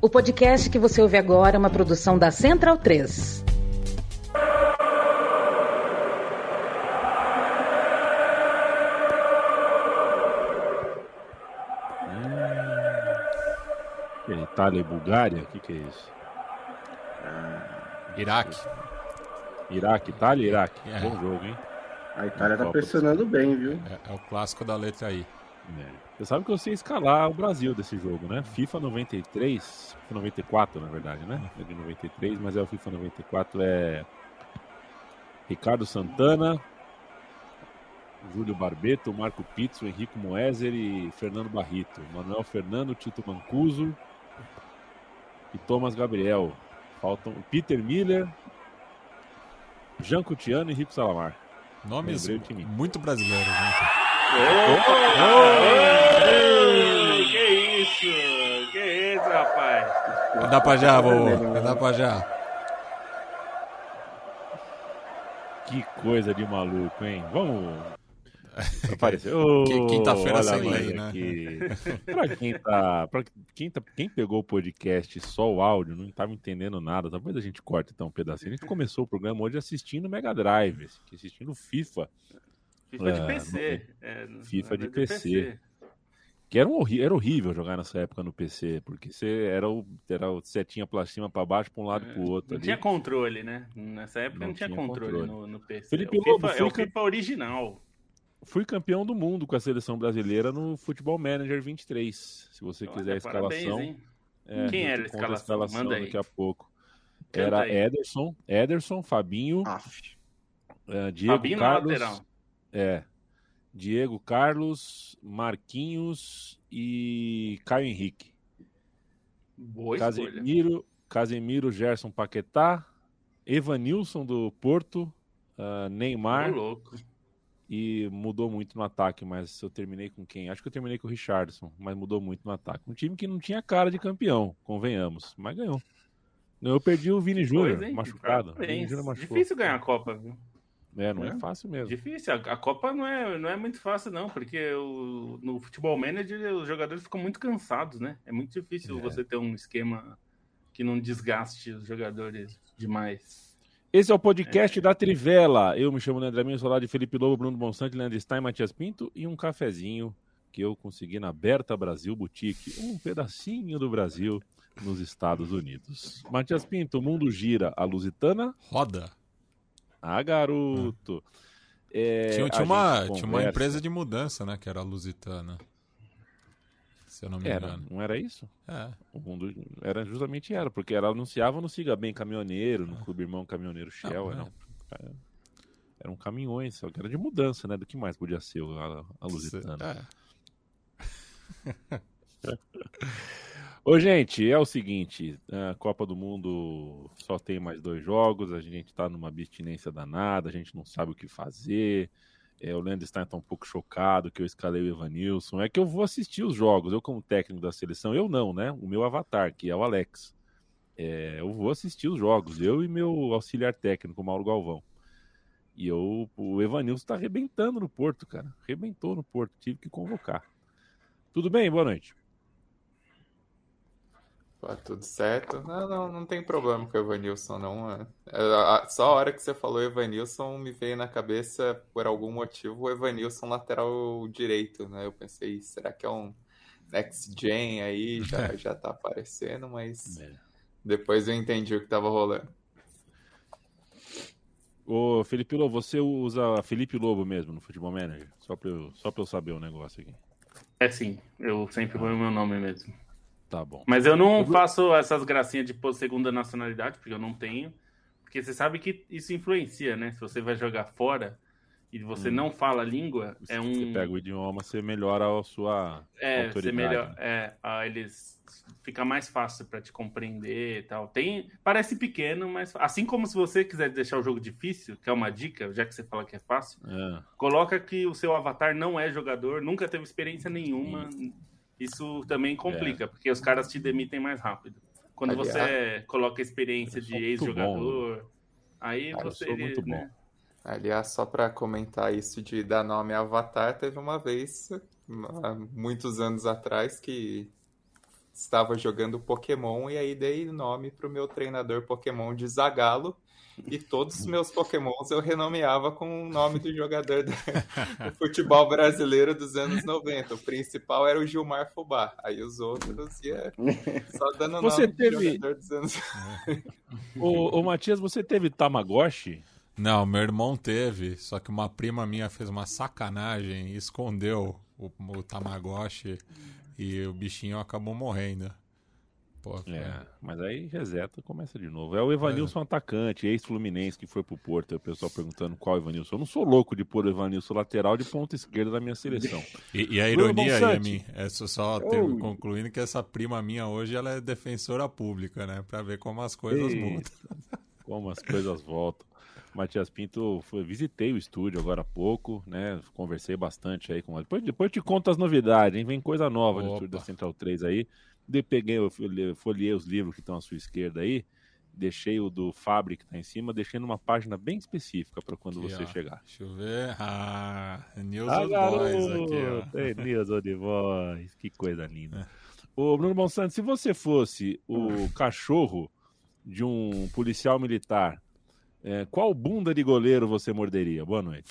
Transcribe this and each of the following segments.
O podcast que você ouve agora é uma produção da Central 3. Itália e Bulgária? O que é isso? Iraque, Itália e Iraque. Bom jogo, hein? A Itália tá pressionando bem, viu? É o clássico da letra I. Você sabe que eu sei escalar o Brasil desse jogo, né? FIFA 93, FIFA 94 na verdade, né? É de 93, mas o FIFA 94 é Ricardo Santana, Júlio Barbeto, Marco Pizzo, Henrico Moeser e Fernando Barrito, Manuel Fernando, Tito Mancuso e Thomas Gabriel. Faltam Peter Miller, Jean Coutinho e Rico Salamar. Nomes muito brasileiros, né? Que isso, rapaz? Dá pra já, vovô. Dá pra já. Que coisa de maluco, hein? Vamos aparecer. Quinta-feira sem lei, né? Quem pegou o podcast só o áudio, não estava entendendo nada. Talvez a gente corte então um pedacinho. A gente começou o programa hoje assistindo Mega Drive, assistindo FIFA. FIFA de PC. FIFA de PC. Que era horrível jogar nessa época no PC, porque você era o setinha pra cima, pra baixo, pra um lado e pro outro. Não tinha controle, né? Nessa época não tinha controle no PC. Felipe Lobo, é o FIFA original. Fui campeão do mundo com a seleção brasileira no Futebol Manager 23. Se você quiser a escalação. Parabéns, hein? Quem era a escalação? Manda aí. Daqui a pouco. Era Ederson, Fabinho, Diego Fabinho Carlos. Na lateral. Diego Carlos, Marquinhos e Caio Henrique. Boa Casemiro, Gerson Paquetá, Evanilson do Porto, Neymar. Louco. E mudou muito no ataque, mas eu terminei com quem? Acho que eu terminei com o Richarlison, mas mudou muito no ataque. Um time que não tinha cara de campeão, convenhamos, mas ganhou. Eu perdi o Vini Júnior, machucado. Vini Júnior machucou. Difícil ganhar a Copa, viu? Não é fácil mesmo. Difícil. A Copa não é muito fácil, não, porque no Futebol Manager os jogadores ficam muito cansados, né? É muito difícil você ter um esquema que não desgaste os jogadores demais. Esse é o podcast da Trivela. Eu me chamo Leandro Minho, sou lá de Felipe Lobo, Bruno Bonsante, Leandro Stein, Matias Pinto e um cafezinho que eu consegui na Berta Brasil Boutique, um pedacinho do Brasil nos Estados Unidos. Matias Pinto, o mundo gira, a Lusitana roda. Ah, garoto. Tinha uma empresa de mudança, né, que era a Lusitana. Se eu não me engano. Não era isso? O mundo era justamente porque ela anunciava no Siga Bem Caminhoneiro, no Clube Irmão Caminhoneiro Shell. Eram caminhões, só que era de mudança, né? Do que mais podia ser a Lusitana. Ô, gente, é o seguinte, a Copa do Mundo só tem mais 2 jogos, a gente tá numa abstinência danada, a gente não sabe o que fazer. O Leandro Stein tá um pouco chocado que eu escalei o Evanilson. É que eu vou assistir os jogos, eu como técnico da seleção, eu não, né? O meu avatar, que é o Alex. Eu vou assistir os jogos, eu e meu auxiliar técnico, Mauro Galvão. E o Evanilson tá arrebentando no Porto, cara. Arrebentou no Porto, tive que convocar. Tudo bem? Boa noite. Tudo certo. Não tem problema com o Evanilson, não. Só a hora que você falou Evanilson, me veio na cabeça, por algum motivo, o Evanilson lateral direito, né? Eu pensei, será que é um Next Gen aí? Já tá aparecendo, mas depois eu entendi o que tava rolando. Ô, Felipe Lobo, você usa Felipe Lobo mesmo no Futebol Manager? Só pra eu saber o negócio aqui. Sim, eu sempre ponho o meu nome mesmo. Tá bom. Mas eu não faço essas gracinhas de pôr segunda nacionalidade, porque eu não tenho. Porque você sabe que isso influencia, né? Se você vai jogar fora e você não fala a língua, Você pega o idioma, você melhora a sua autoridade. Fica mais fácil para te compreender e tal. Parece pequeno, mas assim como se você quiser deixar o jogo difícil, que é uma dica, já que você fala que é fácil, coloca que o seu avatar não é jogador, nunca teve experiência nenhuma. Isso também complica, porque os caras te demitem mais rápido. Quando você coloca a experiência de ex-jogador, aí você... Eu sou muito bom. Aliás, só para comentar isso de dar nome a avatar, teve uma vez, há muitos anos atrás, que estava jogando Pokémon e aí dei nome pro meu treinador Pokémon de Zagallo. E todos os meus Pokémons eu renomeava com o nome do jogador do futebol brasileiro dos anos 90. O principal era o Gilmar Fubá. Aí os outros ia só dando nome de jogador dos anos 90. Ô, Matias, você teve Tamagotchi? Não, meu irmão teve, só que uma prima minha fez uma sacanagem e escondeu o Tamagotchi e o bichinho acabou morrendo. Pô, mas aí reseta, começa de novo. É o Evanilson atacante, ex-Fluminense, que foi pro Porto. Aí o pessoal perguntando qual Evanilson. Eu não sou louco de pôr o Evanilson lateral de ponta esquerda da minha seleção. E a ironia aí, mim, é só concluindo que essa prima minha hoje ela é defensora pública, né? Pra ver como as coisas mudam. Como as coisas voltam. Matias Pinto, visitei o estúdio agora há pouco, né? Conversei bastante aí com ele. Depois te conto as novidades, hein? Vem coisa nova no estúdio da Central 3 aí. Eu folhei os livros que estão à sua esquerda aí, deixei o do Fábio que está em cima, deixei numa página bem específica para quando aqui, você chegar. Deixa eu ver. News of Boys aqui, ó. News of Boys, que coisa linda. Ô, Bruno Monsanto, se você fosse o cachorro de um policial militar, qual bunda de goleiro você morderia? Boa noite.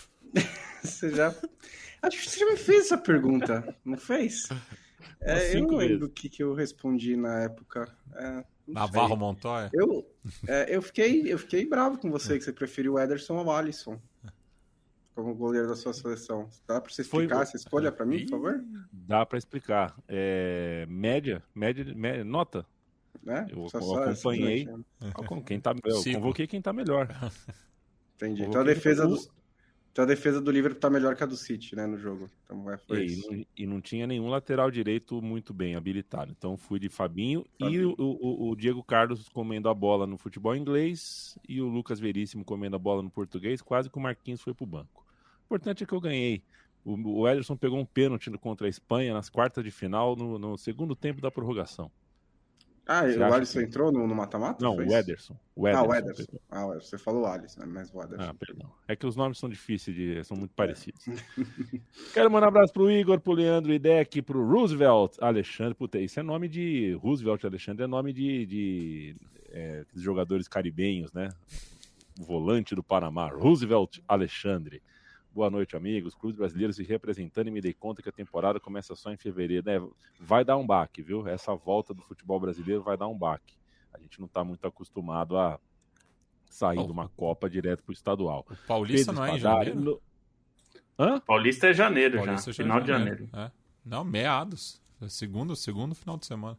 Acho que você já me fez essa pergunta, não fez? Eu não lembro o que eu respondi na época. Navarro Montoya? Eu fiquei bravo com você, que você preferiu o Ederson ao Alisson como goleiro da sua seleção. Dá pra você explicar essa escolha pra mim, por favor? Dá pra explicar. Média, nota. Eu acompanhei. Eu convoquei quem tá melhor. Entendi. Então a defesa do Liverpool tá melhor que a do City, né, no jogo. Então foi isso. E não tinha nenhum lateral direito muito bem habilitado. Então fui de Fabinho. E o Diego Carlos comendo a bola no futebol inglês e o Lucas Veríssimo comendo a bola no português. Quase que o Marquinhos foi pro banco. O importante é que eu ganhei. O Ederson pegou um pênalti contra a Espanha nas quartas de final no segundo tempo da prorrogação. O Alisson entrou no mata-mata? Não, o Ederson. O Ederson. Você falou o Alisson, mas o Ederson. Perdão. É que os nomes são difíceis, são muito parecidos. Quero mandar um abraço pro Igor, pro Leandro Idec, pro Roosevelt Alexandre. Puta, isso é nome de... Roosevelt Alexandre é nome de jogadores caribenhos, né? O volante do Panamá, Roosevelt Alexandre. Boa noite, amigos. Clubes brasileiros se representando e me dei conta que a temporada começa só em fevereiro. Vai dar um baque, viu? Essa volta do futebol brasileiro vai dar um baque. A gente não está muito acostumado a sair de uma Copa direto para o estadual. O Paulista Pedro não é em janeiro? Paulista é janeiro final de janeiro. Não, meados. Segundo final de semana.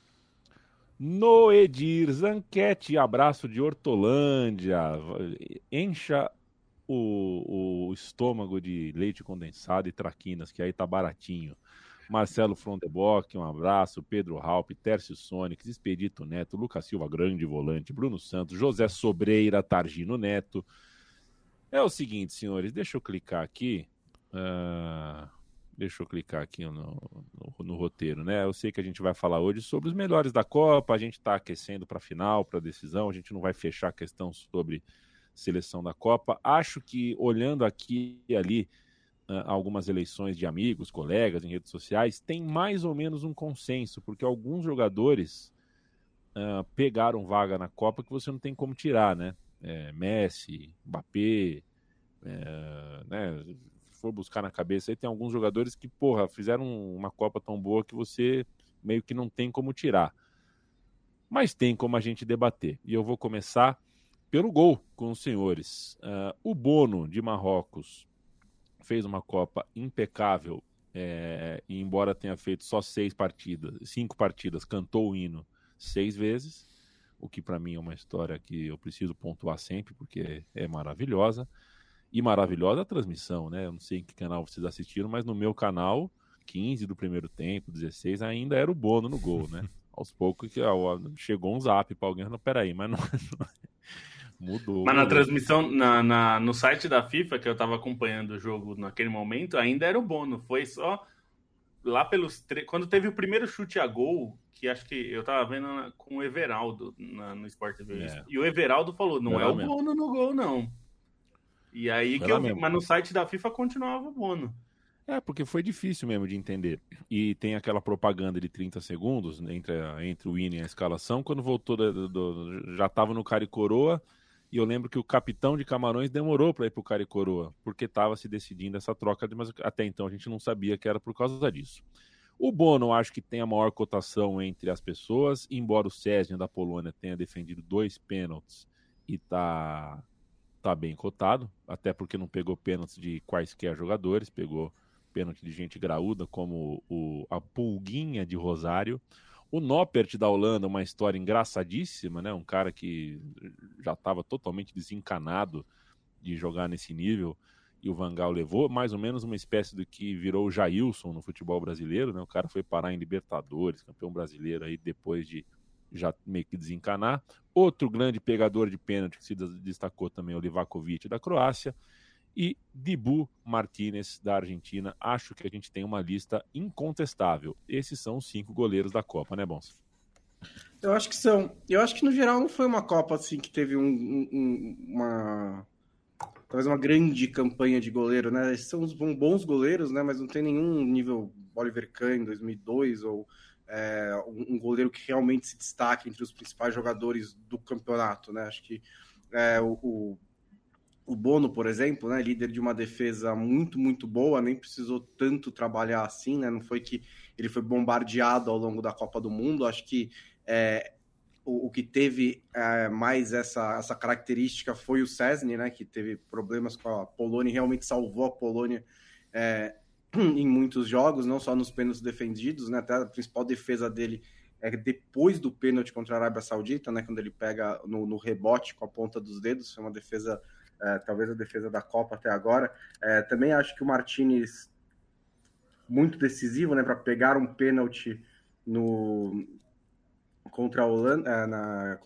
Noedir Zanquete, abraço de Hortolândia. Encha o estômago de leite condensado e traquinas, que aí tá baratinho. Marcelo Frondebock, um abraço. Pedro Raup, Tércio Sonic, Expedito Neto, Lucas Silva, grande volante, Bruno Santos, José Sobreira, Targino Neto. É o seguinte, senhores, deixa eu clicar aqui no roteiro, né? Eu sei que a gente vai falar hoje sobre os melhores da Copa, a gente tá aquecendo para a final, para a decisão, a gente não vai fechar a questão sobre seleção da Copa. Acho que olhando aqui e ali algumas eleições de amigos, colegas em redes sociais, tem mais ou menos um consenso, porque alguns jogadores pegaram vaga na Copa que você não tem como tirar, né? Messi, Mbappé, né? Se for buscar na cabeça aí, tem alguns jogadores que, fizeram uma Copa tão boa que você meio que não tem como tirar. Mas tem como a gente debater. E eu vou começar pelo gol com os senhores. O Bono, de Marrocos, fez uma Copa impecável, e embora tenha feito só 5 partidas, cantou o hino 6 vezes, o que para mim é uma história que eu preciso pontuar sempre, porque é maravilhosa. E maravilhosa a transmissão, né? Eu não sei em que canal vocês assistiram, mas no meu canal, 15 do primeiro tempo, 16, ainda era o Bono no gol, né? Aos poucos chegou um zap para alguém, não, peraí, mas não... Mudou. Mas na transmissão, no site da FIFA, que eu tava acompanhando o jogo naquele momento, ainda era o Bono. Foi só lá quando teve o primeiro chute a gol, que acho que eu tava vendo com o Everaldo no Sport TV. E o Everaldo falou, não é o Bono no gol, não. E aí mas no site da FIFA continuava o Bono. Porque foi difícil mesmo de entender. E tem aquela propaganda de 30 segundos entre o hino e a escalação. Quando voltou, já estava no cara e coroa. E eu lembro que o capitão de Camarões demorou para ir para o cara e coroa, porque estava se decidindo essa troca, mas até então a gente não sabia que era por causa disso. O Bono, acho que tem a maior cotação entre as pessoas, embora o Szczęsny da Polônia tenha defendido 2 pênaltis e tá bem cotado, até porque não pegou pênaltis de quaisquer jogadores, pegou pênalti de gente graúda, como a Pulguinha de Rosário. O Noppert da Holanda, uma história engraçadíssima, né? Um cara que já estava totalmente desencanado de jogar nesse nível, e o Van Gaal levou, mais ou menos uma espécie do que virou o Jailson no futebol brasileiro, né? O cara foi parar em Libertadores, campeão brasileiro aí depois de já meio que desencanar. Outro grande pegador de pênalti que se destacou também, o Livakovic da Croácia, e Dibu Martínez da Argentina. Acho que a gente tem uma lista incontestável. Esses são os 5 goleiros da Copa, né, Bons? Eu acho que são. Eu acho que no geral não foi uma Copa assim que teve talvez uma grande campanha de goleiro, né? Esses são bons goleiros, né? Mas não tem nenhum nível Oliver Kahn em 2002 ou um goleiro que realmente se destaque entre os principais jogadores do campeonato, né? Acho que o Bono, por exemplo, né, líder de uma defesa muito, muito boa, nem precisou tanto trabalhar assim, né? Não foi que ele foi bombardeado ao longo da Copa do Mundo. Acho que o que teve mais essa característica foi o Szczęsny, né, que teve problemas com a Polônia e realmente salvou a Polônia em muitos jogos, não só nos pênaltis defendidos, né? Até a principal defesa dele depois do pênalti contra a Arábia Saudita, né, quando ele pega no rebote com a ponta dos dedos. Foi uma defesa, talvez a defesa da Copa até agora. Também acho que o Martínez muito decisivo, né, para pegar um pênalti contra a Holanda,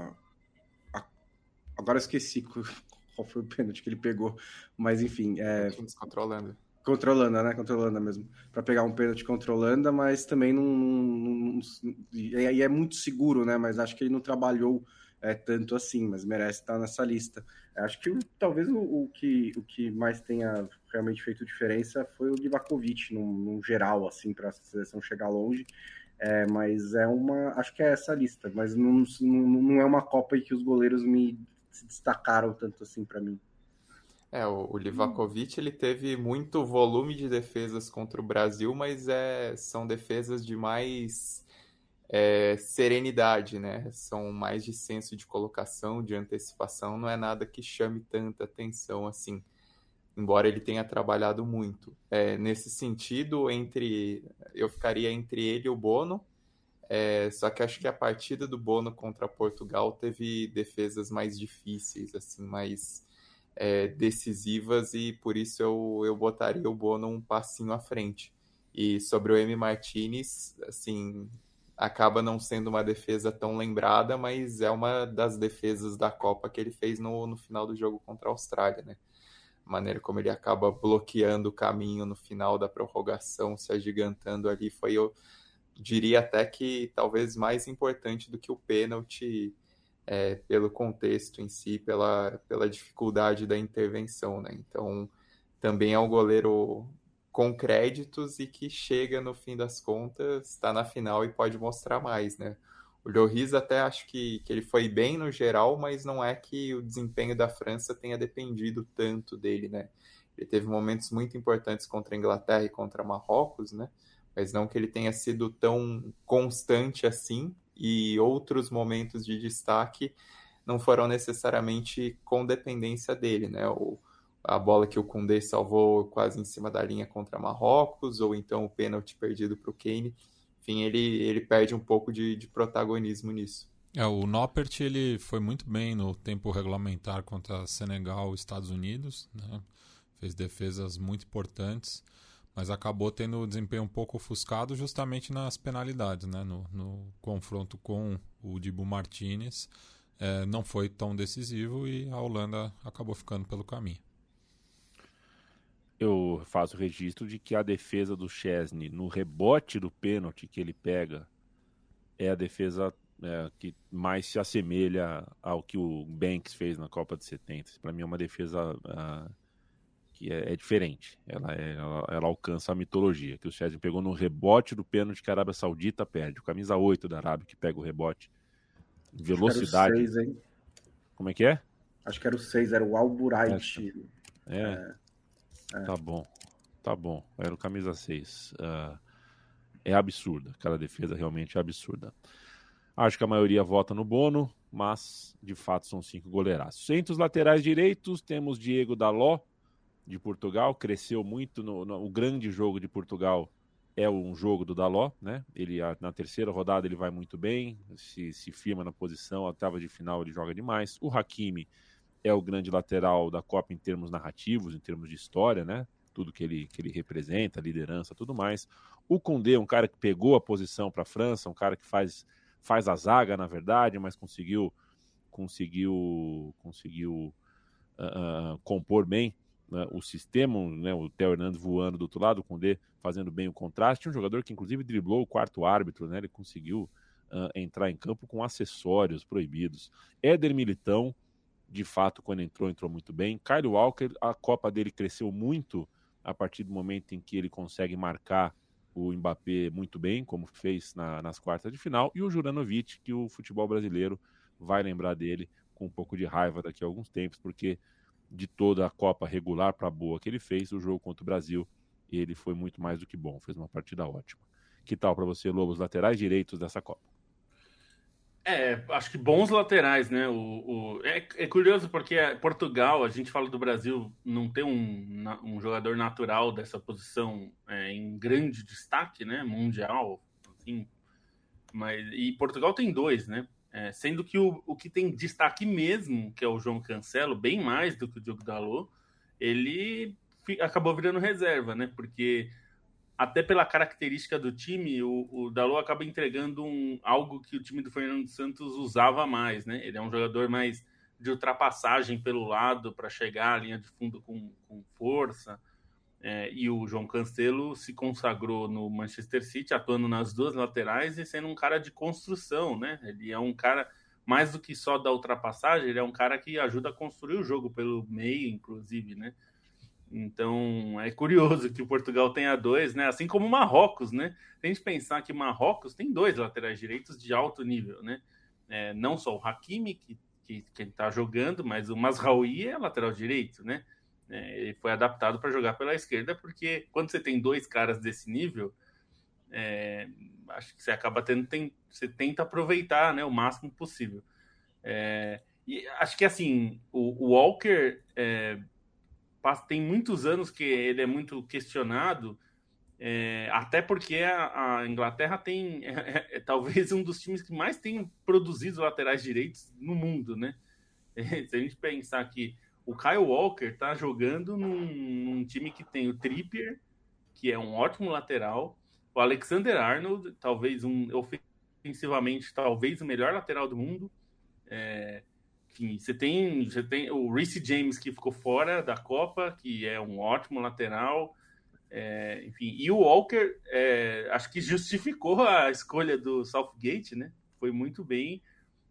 agora eu esqueci qual foi o pênalti que ele pegou, mas enfim, contra a Holanda. Contra a Holanda, né? Contra a Holanda mesmo. Para pegar um pênalti contra a Holanda, mas também e é muito seguro, né? Mas acho que ele não trabalhou tanto assim, mas merece estar nessa lista. Acho que talvez o que mais tenha realmente feito diferença foi o Livakovic, num geral, assim, para a seleção chegar longe. Mas acho que é essa lista, mas não é uma Copa em que os goleiros se destacaram tanto assim para mim. O Livakovic, ele teve muito volume de defesas contra o Brasil, mas são defesas de mais serenidade, né? São mais de senso de colocação, de antecipação, não é nada que chame tanta atenção assim, embora ele tenha trabalhado muito. Nesse sentido, eu ficaria entre ele e o Bono, só que acho que a partida do Bono contra Portugal teve defesas mais difíceis, assim, mais decisivas, e por isso eu botaria o Bono um passinho à frente. E sobre o Emi Martínez, assim, acaba não sendo uma defesa tão lembrada, mas é uma das defesas da Copa que ele fez no final do jogo contra a Austrália, né? A maneira como ele acaba bloqueando o caminho no final da prorrogação, se agigantando ali, foi, eu diria até que talvez mais importante do que o pênalti, pelo contexto em si, pela dificuldade da intervenção, né? Então, também é um goleiro com créditos e que chega, no fim das contas, está na final e pode mostrar mais, né? O Lloris até acho que ele foi bem no geral, mas não é que o desempenho da França tenha dependido tanto dele, né? Ele teve momentos muito importantes contra a Inglaterra e contra Marrocos, né? Mas não que ele tenha sido tão constante assim, e outros momentos de destaque não foram necessariamente com dependência dele, né? A bola que o Koundé salvou quase em cima da linha contra Marrocos, ou então o pênalti perdido para o Kane. Enfim, ele perde um pouco de protagonismo nisso. O Noppert, ele foi muito bem no tempo regulamentar contra Senegal e Estados Unidos, né? Fez defesas muito importantes, mas acabou tendo o desempenho um pouco ofuscado justamente nas penalidades, né? No confronto com o Dibu Martínez, não foi tão decisivo e a Holanda acabou ficando pelo caminho. Eu faço registro de que a defesa do Szczęsny no rebote do pênalti que ele pega é a defesa que mais se assemelha ao que o Banks fez na Copa de 70. Para mim é uma defesa que é diferente. Ela alcança a mitologia, que o Szczęsny pegou no rebote do pênalti que a Arábia Saudita perde. O camisa 8 da Arábia que pega o rebote. Velocidade. Acho que era o 6, hein? Como é que é? Acho que era o 6, era o Alburait. Tá bom. Era o camisa 6. É absurda. Aquela defesa realmente é absurda. Acho que a maioria vota no Bono, mas de fato são 5 goleiraços. Entre os laterais direitos, temos Diego Dalot, de Portugal, cresceu muito o grande jogo de Portugal é um jogo do Dalot, né? Ele na terceira rodada ele vai muito bem, se firma na posição, a oitava de final ele joga demais. O Hakimi é o grande lateral da Copa em termos narrativos, em termos de história, né? Tudo que ele representa, liderança, tudo mais. O Koundé, um cara que pegou a posição para a França, um cara que faz a zaga, na verdade, mas conseguiu compor bem, né, o sistema, né, o Theo Hernandes voando do outro lado, o Koundé fazendo bem o contraste. Um jogador que inclusive driblou o quarto árbitro, né, ele conseguiu entrar em campo com acessórios proibidos. Éder Militão, de fato, quando entrou muito bem. Kyle Walker, a Copa dele cresceu muito a partir do momento em que ele consegue marcar o Mbappé muito bem, como fez nas quartas de final. E o Juranovic, que o futebol brasileiro vai lembrar dele com um pouco de raiva daqui a alguns tempos, porque de toda a Copa regular para boa que ele fez, o jogo contra o Brasil, ele foi muito mais do que bom, fez uma partida ótima. Que tal para você, Lobo, os laterais direitos dessa Copa? Acho que bons laterais, né? É curioso porque Portugal, a gente fala do Brasil não ter um jogador natural dessa posição em grande destaque, né? Mundial, assim. E Portugal tem 2, né? Sendo que o que tem destaque mesmo, que é o João Cancelo, bem mais do que o Diogo Dalot, ele acabou virando reserva, né? Porque até pela característica do time, o Dalot acaba entregando algo que o time do Fernando Santos usava mais, né? Ele é um jogador mais de ultrapassagem pelo lado para chegar à linha de fundo com força. E o João Cancelo se consagrou no Manchester City, atuando nas 2 laterais e sendo um cara de construção, né? Ele é um cara, mais do que só da ultrapassagem, ele é um cara que ajuda a construir o jogo pelo meio, inclusive, né? Então, é curioso que o Portugal tenha 2, né? Assim como o Marrocos, né? Se a gente pensar que o Marrocos tem 2 laterais direitos de alto nível, né? Não só o Hakimi, que ele tá jogando, mas o Mazraoui é lateral direito, né? Ele foi adaptado para jogar pela esquerda, porque quando você tem 2 caras desse nível, acho que você acaba você tenta aproveitar, né, o máximo possível. E acho que assim, o Walker tem muitos anos que ele é muito questionado, até porque a Inglaterra tem talvez um dos times que mais tem produzido laterais direitos no mundo, né? Se a gente pensar que o Kyle Walker está jogando num time que tem o Trippier, que é um ótimo lateral, o Alexander-Arnold, talvez ofensivamente, talvez o melhor lateral do mundo. Enfim, você tem o Reece James, que ficou fora da Copa, que é um ótimo lateral. Enfim, e o Walker, acho que justificou a escolha do Southgate, né? Foi muito bem.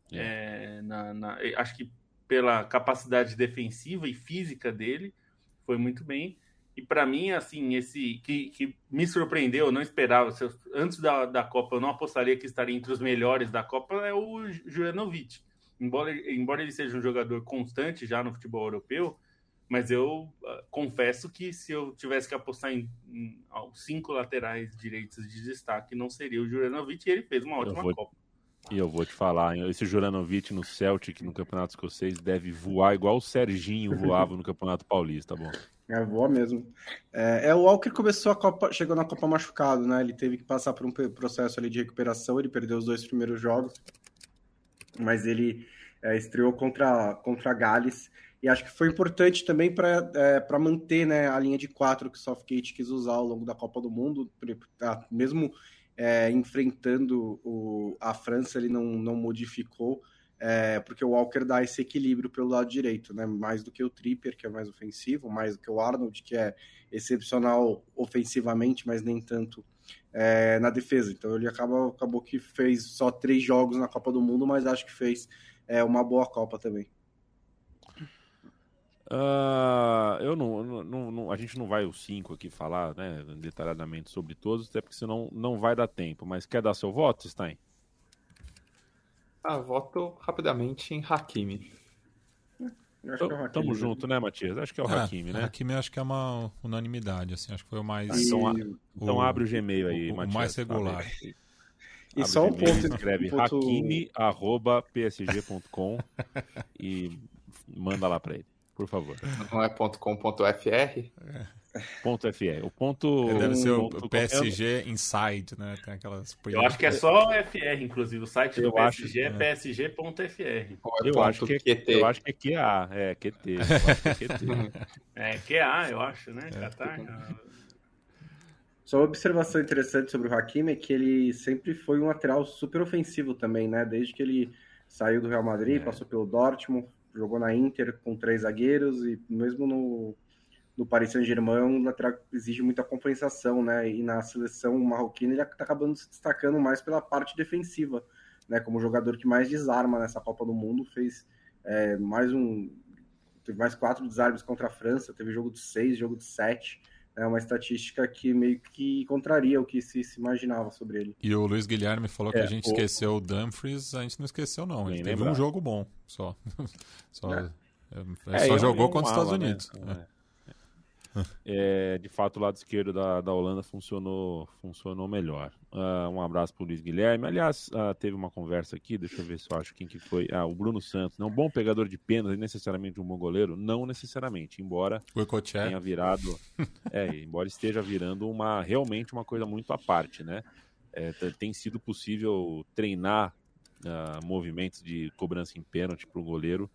Acho que pela capacidade defensiva e física dele, foi muito bem. E para mim, assim, esse que me surpreendeu, eu não esperava. Antes da Copa, eu não apostaria que estaria entre os melhores da Copa, é o Juranovic. Embora ele seja um jogador constante já no futebol europeu, mas eu confesso que se eu tivesse que apostar em 5 laterais direitos de destaque, não seria o Juranovic, e ele fez uma ótima Copa. E eu vou te falar, esse Juranovic no Celtic, no Campeonato Escocês, deve voar igual o Serginho voava no Campeonato Paulista, tá bom? Voa mesmo. O Walker começou a Copa, chegou na Copa machucado, né? Ele teve que passar por um processo ali de recuperação, ele perdeu os 2 primeiros jogos, mas ele estreou contra Gales, e acho que foi importante também para manter, né, a linha de 4 que o Southgate quis usar ao longo da Copa do Mundo, mesmo enfrentando a França, ele não modificou, porque o Walker dá esse equilíbrio pelo lado direito, né? Mais do que o Trippier, que é mais ofensivo, mais do que o Arnold, que é excepcional ofensivamente, mas nem tanto na defesa. Então ele acabou que fez só 3 jogos na Copa do Mundo, mas acho que fez uma boa Copa também. A gente não vai os 5 aqui falar, né, detalhadamente sobre todos, até porque senão não vai dar tempo. Mas quer dar seu voto, Stein? Voto rapidamente em Hakimi. Tamo junto, né, Matias? Acho que é o Hakimi, né? Hakimi acho que é uma unanimidade, assim, acho que foi o mais... Então abre o Gmail aí, Matias. O mais regular. E só um ponto... Escreve hakimi@psg.com e manda lá pra ele, por favor. Não é .com.fr? .fr. O ponto... Deve ser o PSG Inside, né? Tem aquelas... Eu acho que é só FR, inclusive. O site do PSG é psg.fr. Eu acho que é QA. É, QT. É QA, eu acho, né? Qatar. Só uma observação interessante sobre o Hakimi é que ele sempre foi um lateral super ofensivo também, né? Desde que ele saiu do Real Madrid, passou pelo Dortmund, jogou na Inter com 3 zagueiros e mesmo no Paris Saint-Germain, um lateral que exige muita compensação, né? E na seleção marroquina ele está acabando se destacando mais pela parte defensiva, né? Como o jogador que mais desarma nessa Copa do Mundo, fez teve mais 4 desarmes contra a França, teve jogo de 6, jogo de 7. É uma estatística que meio que contraria o que se imaginava sobre ele. E o Luiz Guilherme falou que a gente esqueceu o Dumfries, a gente não esqueceu não, ele teve um jogo bom só. Só jogou contra os Estados Unidos. Né? De fato, o lado esquerdo da Holanda funcionou melhor. Um abraço para o Luiz Guilherme. Aliás, teve uma conversa aqui, deixa eu ver se eu acho quem que foi. O Bruno Santos. Não, um bom pegador de pênalti, necessariamente um bom goleiro? Não necessariamente, embora tenha virado... embora esteja virando realmente uma coisa muito à parte, né? Tem sido possível treinar movimentos de cobrança em pênalti para o goleiro.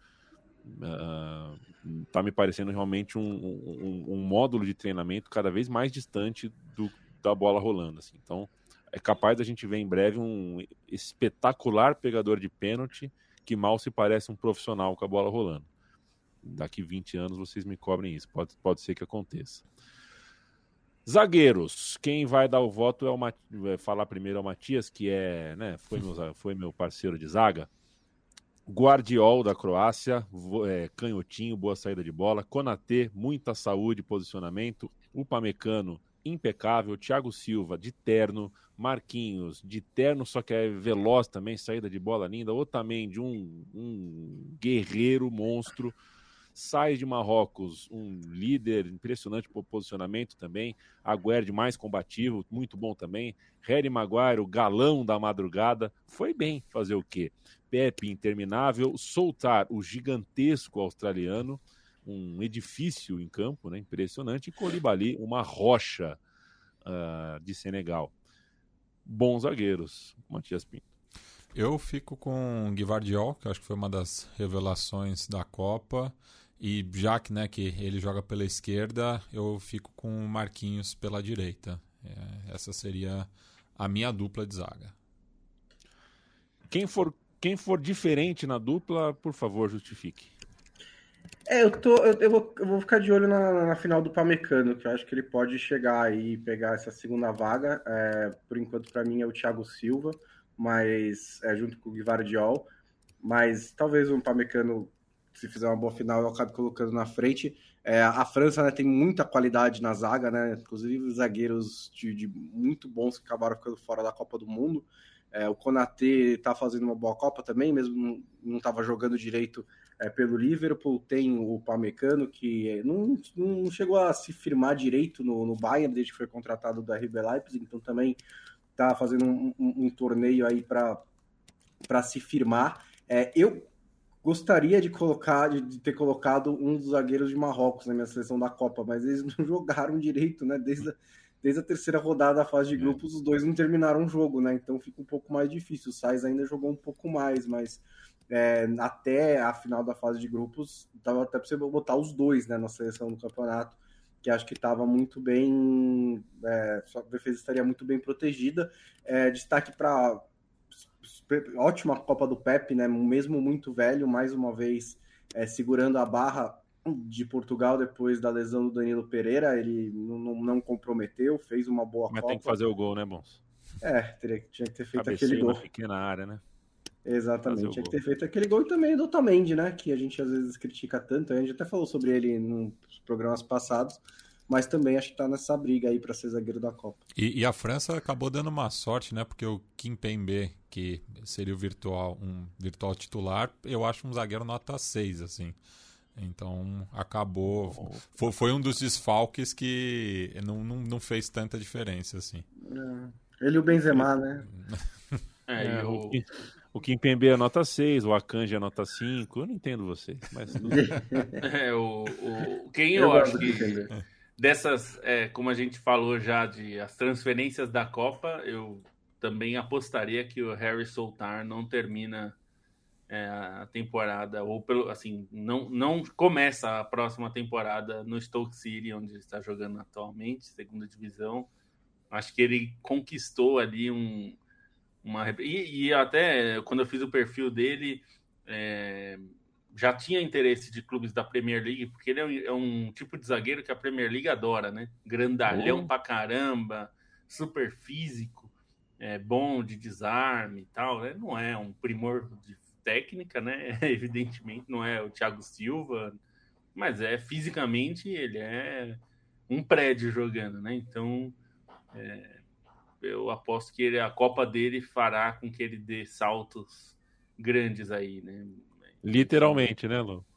Tá me parecendo realmente um módulo de treinamento cada vez mais distante da bola rolando, assim. Então é capaz da gente ver em breve um espetacular pegador de pênalti que mal se parece um profissional com a bola rolando. Daqui 20 anos vocês me cobrem isso, pode ser que aconteça. Zagueiros, quem vai dar o voto vai falar primeiro é o Matias, que foi meu parceiro de zaga. Guardiol da Croácia, canhotinho, boa saída de bola. Konaté, muita saúde, posicionamento. Upamecano, impecável. Thiago Silva, de terno. Marquinhos, de terno, só que é veloz também, saída de bola linda. Otamendi, um guerreiro, monstro. Sai de Marrocos, um líder impressionante por posicionamento também. Agüero, mais combativo, muito bom também. Harry Maguire, o galão da madrugada, foi bem fazer o quê? Pepe, interminável. Soltar, o gigantesco australiano, um edifício em campo, né? Impressionante. E Koulibaly, uma rocha de Senegal. Bons zagueiros, Matias Pinto. Eu fico com Gvardiol, que eu acho que foi uma das revelações da Copa. E já que, que ele joga pela esquerda, eu fico com o Marquinhos pela direita. Essa seria a minha dupla de zaga. Quem for diferente na dupla, por favor, justifique. Eu vou ficar de olho na final do Upamecano, que eu acho que ele pode chegar aí e pegar essa segunda vaga. Por enquanto, para mim, é o Thiago Silva, mas junto com o Gvardiol. Mas talvez o Upamecano, se fizer uma boa final, eu acabe colocando na frente. A França, né, tem muita qualidade na zaga, né? Inclusive zagueiros de muito bons que acabaram ficando fora da Copa do Mundo. O Konaté está fazendo uma boa Copa também, mesmo não estava jogando direito pelo Liverpool. Tem o Upamecano, que não chegou a se firmar direito no Bayern desde que foi contratado do RB Leipzig, então também está fazendo um torneio aí para se firmar. Eu gostaria de ter colocado um dos zagueiros de Marrocos na minha seleção da Copa, mas eles não jogaram direito, né? Desde a terceira rodada da fase de grupos, os dois não terminaram o jogo, né? Então fica um pouco mais difícil. O Sainz ainda jogou um pouco mais, mas até a final da fase de grupos, dava até para você botar os dois, né, na seleção do campeonato, que acho que estava muito bem, sua defesa estaria muito bem protegida. Destaque para ótima Copa do Pepe, né? Mesmo muito velho, mais uma vez segurando a barra de Portugal depois da lesão do Danilo Pereira. Ele não comprometeu, fez uma boa Copa. Mas tem que fazer o gol, né, Bons? Tinha que ter feito aquele gol. Pequena área, né? Exatamente, tinha que ter feito aquele gol também do Otamendi, né? Que a gente às vezes critica tanto, a gente até falou sobre ele nos programas passados, mas também acho que tá nessa briga aí para ser zagueiro da Copa. E a França acabou dando uma sorte, né? Porque o Kimpembe, que seria um virtual titular, eu acho um zagueiro nota 6, assim. Então acabou. Foi um dos desfalques que não fez tanta diferença, assim. Ele e o Benzema, né? O Kimpembe é nota 6, o Akanji é nota 5. Eu não entendo vocês, mas quem eu acho que dessas, como a gente falou já de as transferências da Copa, eu também apostaria que o Harry Soltar não termina a temporada, ou pelo assim, não começa a próxima temporada no Stoke City, onde ele está jogando atualmente, segunda divisão. Acho que ele conquistou ali e até quando eu fiz o perfil dele, já tinha interesse de clubes da Premier League, porque ele é um tipo de zagueiro que a Premier League adora, né? Grandalhão pra caramba, super físico, bom de desarme e tal, né? Não é um primor de técnica, né? Evidentemente não é o Thiago Silva, mas fisicamente ele é um prédio jogando, né? Então eu aposto que a Copa dele fará com que ele dê saltos grandes aí, né? Literalmente, né, Lu?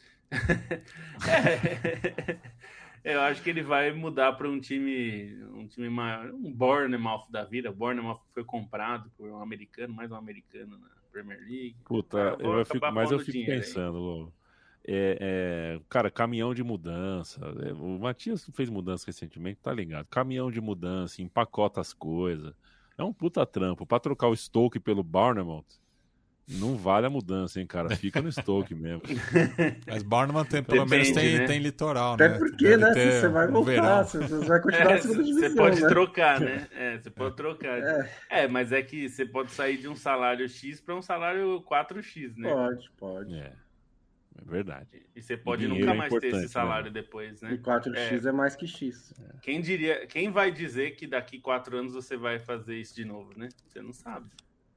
Eu acho que ele vai mudar para um time maior, um Bournemouth da vida. O Bournemouth foi comprado por mais um americano na Premier League. Puta, eu fico pensando, Lu. Cara, caminhão de mudança. O Matias fez mudança recentemente, tá ligado? Caminhão de mudança, empacota as coisas. É um puta trampo. Pra trocar o Stoke pelo Bournemouth, não vale a mudança, hein, cara? Fica no Stoke mesmo. Mas Bournemouth pelo menos tem litoral, até né? Até porque, né? Você vai voltar, você vai continuar na segunda divisão, você pode né? Trocar, né? Você pode trocar. Mas é que você pode sair de um salário X para um salário 4X, né? Pode. É verdade. E você pode nunca mais ter esse salário depois, né? E 4X é mais que X. Quem vai dizer que daqui 4 anos você vai fazer isso de novo, né? Você não sabe.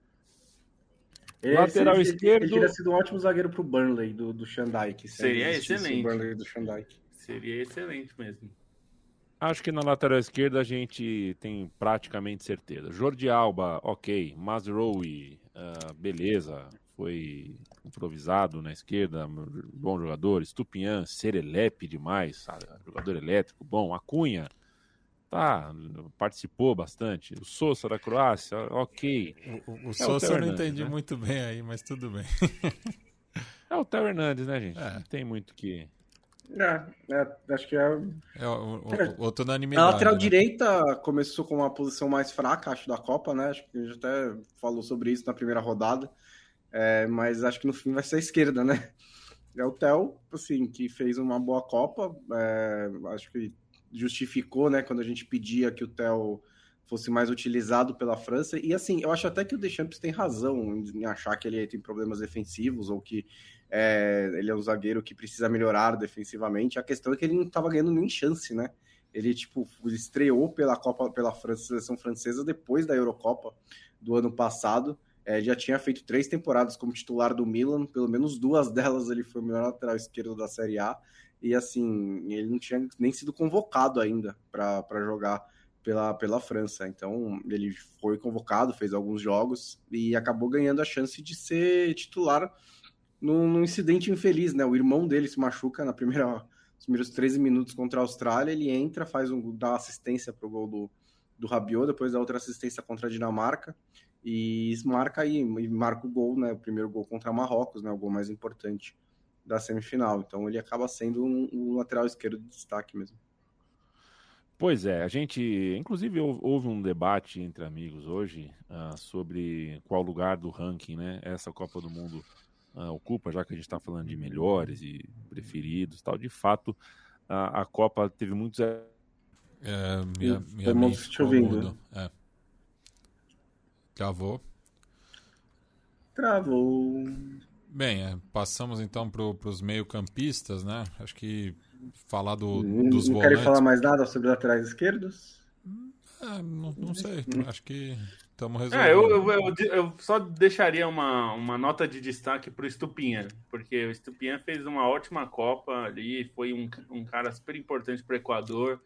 Lateral esquerdo. Ele teria sido um ótimo zagueiro pro Burnley do Shandike. Seria excelente. Burnley do Shandike. Seria excelente mesmo. Acho que na lateral esquerda a gente tem praticamente certeza. Jordi Alba, ok. Mazraoui, beleza. Foi improvisado na esquerda, bom jogador. Estupiñán, serelepe demais, sabe? Jogador elétrico, bom. Acunha, participou bastante. O Sousa da Croácia, ok. O Sousa eu não entendi muito bem aí, mas tudo bem. É o Theo Hernandes, né, gente? Não tem muito que... acho que outra unanimidade. A lateral direita começou com uma posição mais fraca, acho, da Copa, né? Acho que a gente até falou sobre isso na primeira rodada. Mas acho que no fim vai ser a esquerda, né? É o Theo, assim, que fez uma boa Copa. Acho que justificou, né, quando a gente pedia que o Theo fosse mais utilizado pela França. E, assim, eu acho até que o Deschamps tem razão em achar que ele tem problemas defensivos ou que ele é um zagueiro que precisa melhorar defensivamente. A questão é que ele não estava ganhando nem chance, né? Ele, estreou pela Copa, pela seleção francesa depois da Eurocopa do ano passado. Já tinha feito 3 temporadas como titular do Milan, pelo menos 2 delas ele foi o melhor lateral esquerdo da Série A, e assim, ele não tinha nem sido convocado ainda para jogar pela França, então ele foi convocado, fez alguns jogos e acabou ganhando a chance de ser titular num incidente infeliz, né? O irmão dele se machuca nos primeiros 13 minutos contra a Austrália, ele entra, dá assistência para o gol do Rabiot, depois dá outra assistência contra a Dinamarca, e marca o gol, né? O primeiro gol contra Marrocos, né? O gol mais importante da semifinal. Então ele acaba sendo um lateral esquerdo de destaque mesmo. Pois é, a gente, inclusive, houve um debate entre amigos hoje sobre qual lugar do ranking, né? Essa Copa do Mundo ocupa, já que a gente está falando de melhores e preferidos, tal. De fato, a Copa teve muitos. Minha mente ficou mudo. Travou. Bem, passamos então para os meio-campistas, né? Acho que falar dos não volantes... Não querem falar mais nada sobre laterais esquerdos? Não sei, acho que estamos resolvendo. Eu só deixaria uma nota de destaque para o Estupiñán, porque o Estupiñán fez uma ótima Copa ali, foi um cara super importante para o Equador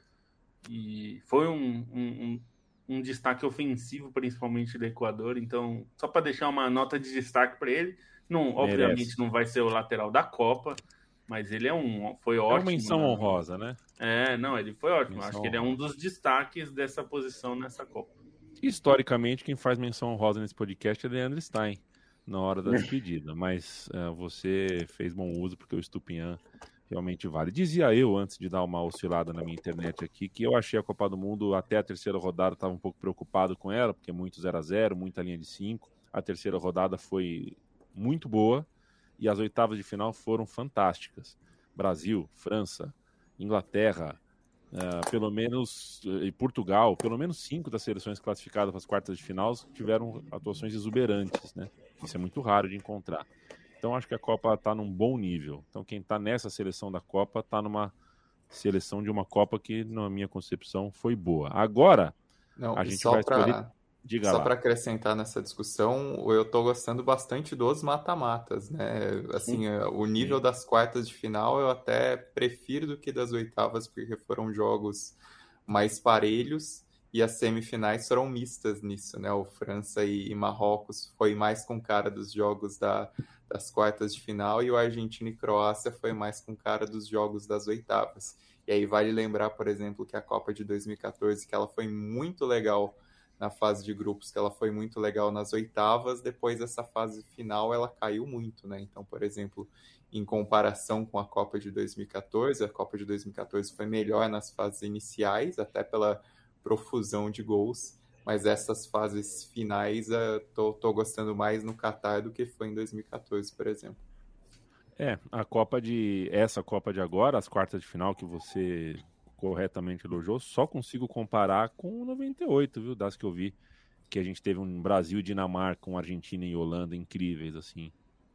e foi um destaque ofensivo, principalmente do Equador. Então, só para deixar uma nota de destaque para ele, obviamente não vai ser o lateral da Copa, mas ele foi ótimo. É uma menção honrosa, né? Ele foi ótimo. Acho que ele é um dos destaques dessa posição nessa Copa. Historicamente, quem faz menção honrosa nesse podcast é Leandro Stein, na hora da despedida. Mas você fez bom uso, porque o Estupiñán realmente vale. Dizia eu, antes de dar uma oscilada na minha internet aqui, que eu achei a Copa do Mundo, até a terceira rodada, estava um pouco preocupado com ela, porque muito 0-0, muita linha de 5. A terceira rodada foi muito boa e as oitavas de final foram fantásticas. Brasil, França, Inglaterra, pelo menos, e Portugal, pelo menos 5 das seleções classificadas para as quartas de final tiveram atuações exuberantes, né? Isso é muito raro de encontrar. Então acho que a Copa está num bom nível. Então quem está nessa seleção da Copa está numa seleção de uma Copa que, na minha concepção, foi boa. Agora, a gente vai escolher... Só para acrescentar nessa discussão, eu estou gostando bastante dos mata-matas, né? Assim, o nível das quartas de final eu até prefiro do que das oitavas, porque foram jogos mais parelhos e as semifinais foram mistas nisso, né? O França e Marrocos foi mais com cara dos jogos das quartas de final e o Argentina e Croácia foi mais com cara dos jogos das oitavas. E aí vale lembrar, por exemplo, que a Copa de 2014, que ela foi muito legal na fase de grupos, que ela foi muito legal nas oitavas, depois dessa fase final ela caiu muito, né? Então, por exemplo, em comparação com a Copa de 2014, a Copa de 2014 foi melhor nas fases iniciais, até pela profusão de gols, mas essas fases finais tô gostando mais no Catar do que foi em 2014, por exemplo. Essa Copa de agora, as quartas de final que você corretamente elogiou, só consigo comparar com o 98, viu, das que eu vi, que a gente teve um Brasil e Dinamarca, um Argentina e Holanda incríveis, assim,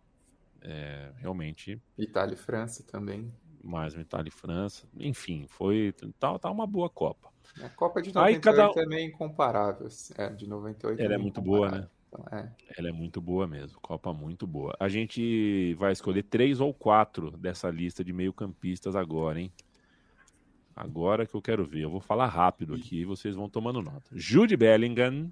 realmente... Itália e França também. Mais uma Itália e França, enfim, tá uma boa Copa. A Copa de 98 é meio incomparável, de 98 ela é muito boa, né? Então, Ela é muito boa mesmo, Copa muito boa. A gente vai escolher 3 ou 4 dessa lista de meio-campistas agora, hein? Agora que eu quero ver. Eu vou falar rápido aqui e vocês vão tomando nota. Jude Bellingham.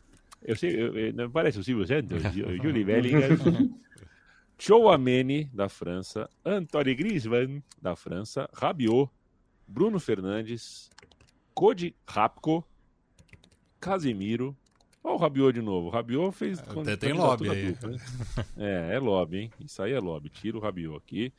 Não parece o Silvio Santos? Jude Bellingham. Tchouaméni, da França. Anthony Griezmann, da França. Rabiot. Bruno Fernandes. Cody Gakpo. Casemiro. Olha o Rabiot de novo. O Rabiot fez... Até tem lobby aí. É lobby, hein? Isso aí é lobby. Tira o Rabiot aqui.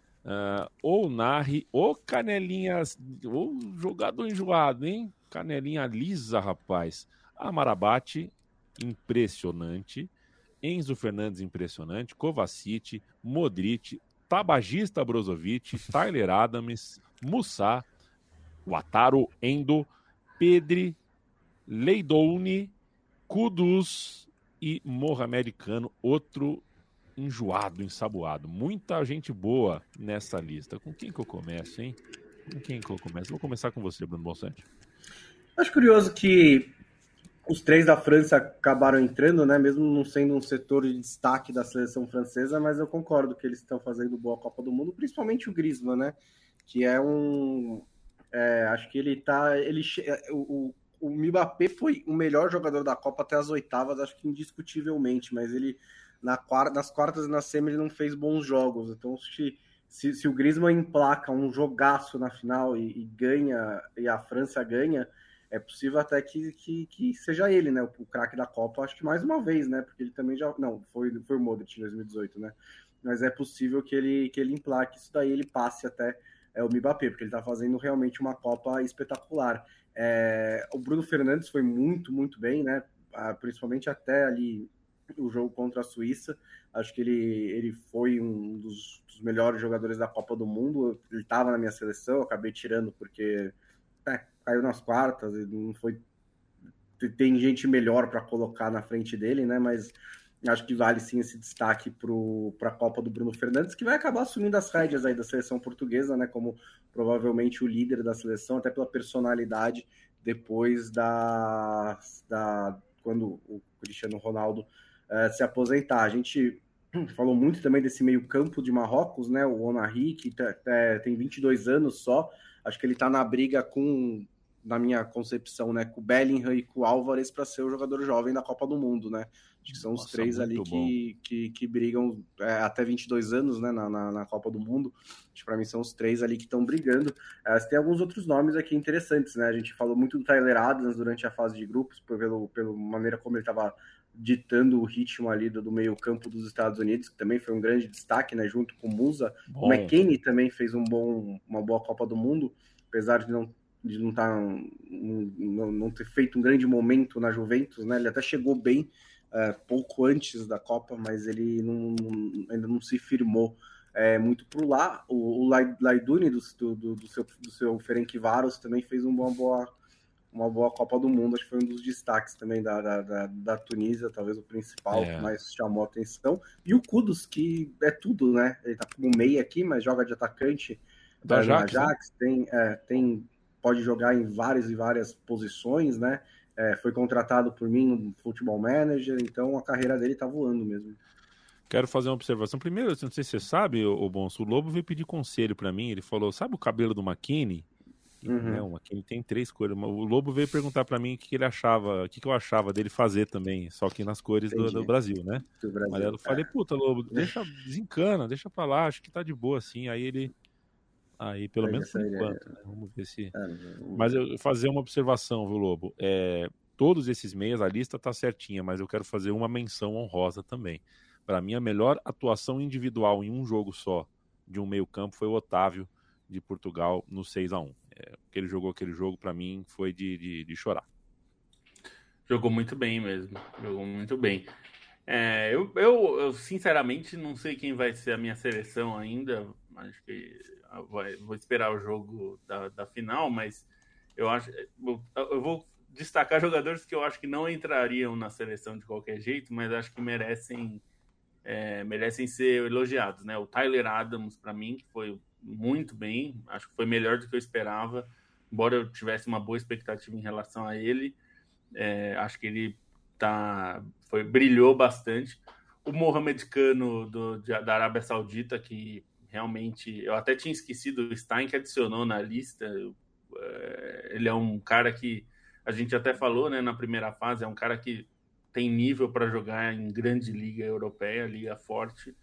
Ou Narri, ou Canelinhas, ou jogador enjoado, hein? Canelinha lisa, rapaz. Amrabat, impressionante. Enzo Fernandes, impressionante. Kovacic, Modric, Tabagista Brozovic, Tyler Adams, Moussa, Wataru Endo, Pedri, Leidouni, Kudus e Mohamed Kano, outro enjoado, ensaboado. Muita gente boa nessa lista. Com quem que eu começo, hein? Vou começar com você, Bruno Bonsante. Acho curioso que os 3 da França acabaram entrando, né? Mesmo não sendo um setor de destaque da seleção francesa, mas eu concordo que eles estão fazendo boa Copa do Mundo, principalmente o Griezmann, né? Que é acho que ele tá... O Mbappé foi o melhor jogador da Copa até as oitavas, acho que indiscutivelmente, mas ele... nas quartas e na semi ele não fez bons jogos. Então, se o Griezmann emplaca um jogaço na final e ganha, e a França ganha, é possível até que seja ele, né? O craque da Copa, acho que mais uma vez, né? Porque ele também já... Não, foi o Modric em 2018, né? Mas é possível que ele emplaque isso daí, ele passe até o Mbappé, porque ele tá fazendo realmente uma Copa espetacular. O Bruno Fernandes foi muito, muito bem, né? Principalmente até ali o jogo contra a Suíça. Acho que ele foi um dos melhores jogadores da Copa do Mundo. Ele estava na minha seleção, eu acabei tirando porque caiu nas quartas e não foi... Tem gente melhor para colocar na frente dele, né? Mas acho que vale sim esse destaque para a Copa do Bruno Fernandes, que vai acabar assumindo as rédeas aí da seleção portuguesa, né? Como provavelmente o líder da seleção, até pela personalidade depois quando o Cristiano Ronaldo se aposentar. A gente falou muito também desse meio-campo de Marrocos, né? O Onari, que tem 22 anos só. Acho que ele está na briga na minha concepção, né? Com o Bellingham e com o Álvares para ser o jogador jovem da Copa do Mundo, né? Acho que são os três ali que brigam até 22 anos, né? Na Copa do Mundo. Acho que para mim são os três ali que estão brigando. Tem alguns outros nomes aqui interessantes, né? A gente falou muito do Tyler Adams durante a fase de grupos, pela maneira como ele estava ditando o ritmo ali do meio campo dos Estados Unidos, que também foi um grande destaque, né, junto com o Musa. Bom. O McKennie também fez uma boa Copa do Mundo, apesar de não ter feito um grande momento na Juventus, né? Ele até chegou bem pouco antes da Copa, mas ele ainda não se firmou muito por lá. O Laiduni do seu Ferencváros também fez uma boa Copa do Mundo. Acho que foi um dos destaques também da Tunísia, talvez o principal que mais chamou a atenção. E o Kudus, que é tudo, né? Ele tá como meia aqui, mas joga de atacante da Ajax, né? Pode jogar em várias posições, né? Foi contratado por mim no Football Manager, então a carreira dele tá voando mesmo. Quero fazer uma observação. Primeiro, não sei se você sabe, o Bonso, o Lobo veio pedir conselho para mim. Ele falou, sabe o cabelo do McKennie? Né, o McKennie tem 3 cores. O Lobo veio perguntar para mim o que ele achava, o que eu achava dele fazer também, só que nas cores do Brasil, né? Do Brasil. Mas eu falei, puta, Lobo, desencana, deixa pra lá, acho que tá de boa assim. Aí pelo menos por enquanto, né? Vamos ver se... Mas eu fazer uma observação, viu, Lobo? Todos esses meias, a lista tá certinha, mas eu quero fazer uma menção honrosa também. Para mim, a melhor atuação individual em um jogo só de um meio campo foi o Otávio, de Portugal, no 6-1. Aquele jogo, para mim, foi de chorar. Jogou muito bem mesmo, jogou muito bem. Eu sinceramente não sei quem vai ser a minha seleção ainda, acho que vou esperar o jogo da final, mas eu vou destacar jogadores que eu acho que não entrariam na seleção de qualquer jeito, mas acho que merecem ser elogiados, né? O Tyler Adams, para mim, foi muito bem, acho que foi melhor do que eu esperava, embora eu tivesse uma boa expectativa em relação a ele. Acho que ele brilhou bastante. O Mohamed Kano da Arábia Saudita, que realmente eu até tinha esquecido, o Stein que adicionou na lista. Ele é um cara que a gente até falou, né, na primeira fase, é um cara que tem nível para jogar em grande liga europeia, liga forte.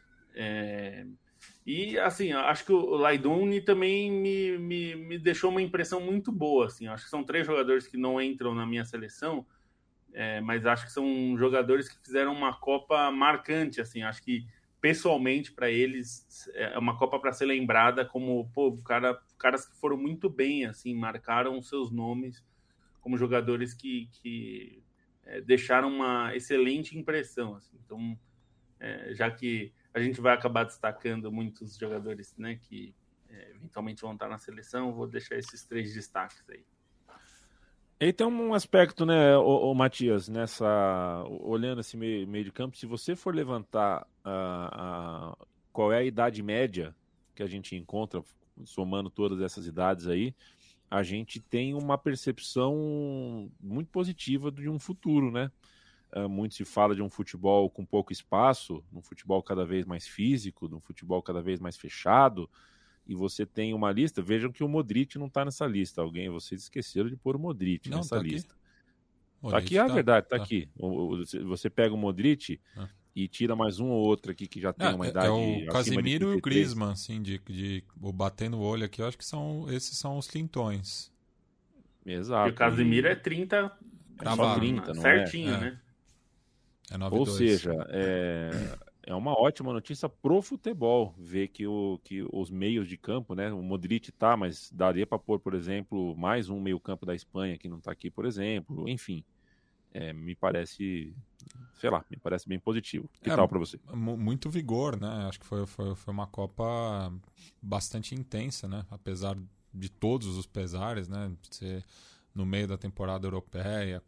E assim, acho que o Laiduni também me deixou uma impressão muito boa. Assim, acho que são 3 jogadores que não entram na minha seleção, mas acho que são jogadores que fizeram uma Copa marcante. Assim, acho que pessoalmente para eles é uma Copa para ser lembrada como caras que foram muito bem, assim, marcaram seus nomes como jogadores que deixaram uma excelente impressão. Assim. Então, já que a gente vai acabar destacando muitos jogadores, né, que eventualmente vão estar na seleção, vou deixar esses 3 destaques aí. E tem um aspecto, né, o Matias, olhando esse meio de campo, se você for levantar qual é a idade média que a gente encontra, somando todas essas idades aí, a gente tem uma percepção muito positiva de um futuro, né? Muito se fala de um futebol com pouco espaço, um futebol cada vez mais físico, um futebol cada vez mais fechado, e você tem uma lista, vejam que o Modric não está nessa lista, vocês esqueceram de pôr o Modric nessa lista. Está aqui, a verdade, está aqui. Você pega o Modric e tira mais um ou outro aqui que já tem uma idade o Casemiro e o Griezmann, assim, batendo o olho aqui, eu acho que esses são os quintões. Exato. E o Casemiro é 30, só 30, não certinho, né? Ou seja, é uma ótima notícia pro futebol ver que os meios de campo, né? O Modric mas daria para pôr, por exemplo, mais um meio campo da Espanha que não está aqui, por exemplo. Enfim, me parece bem positivo. Que tal para você? Muito vigor, né? Acho que foi uma Copa bastante intensa, né? Apesar de todos os pesares, né? Ser no meio da temporada europeia,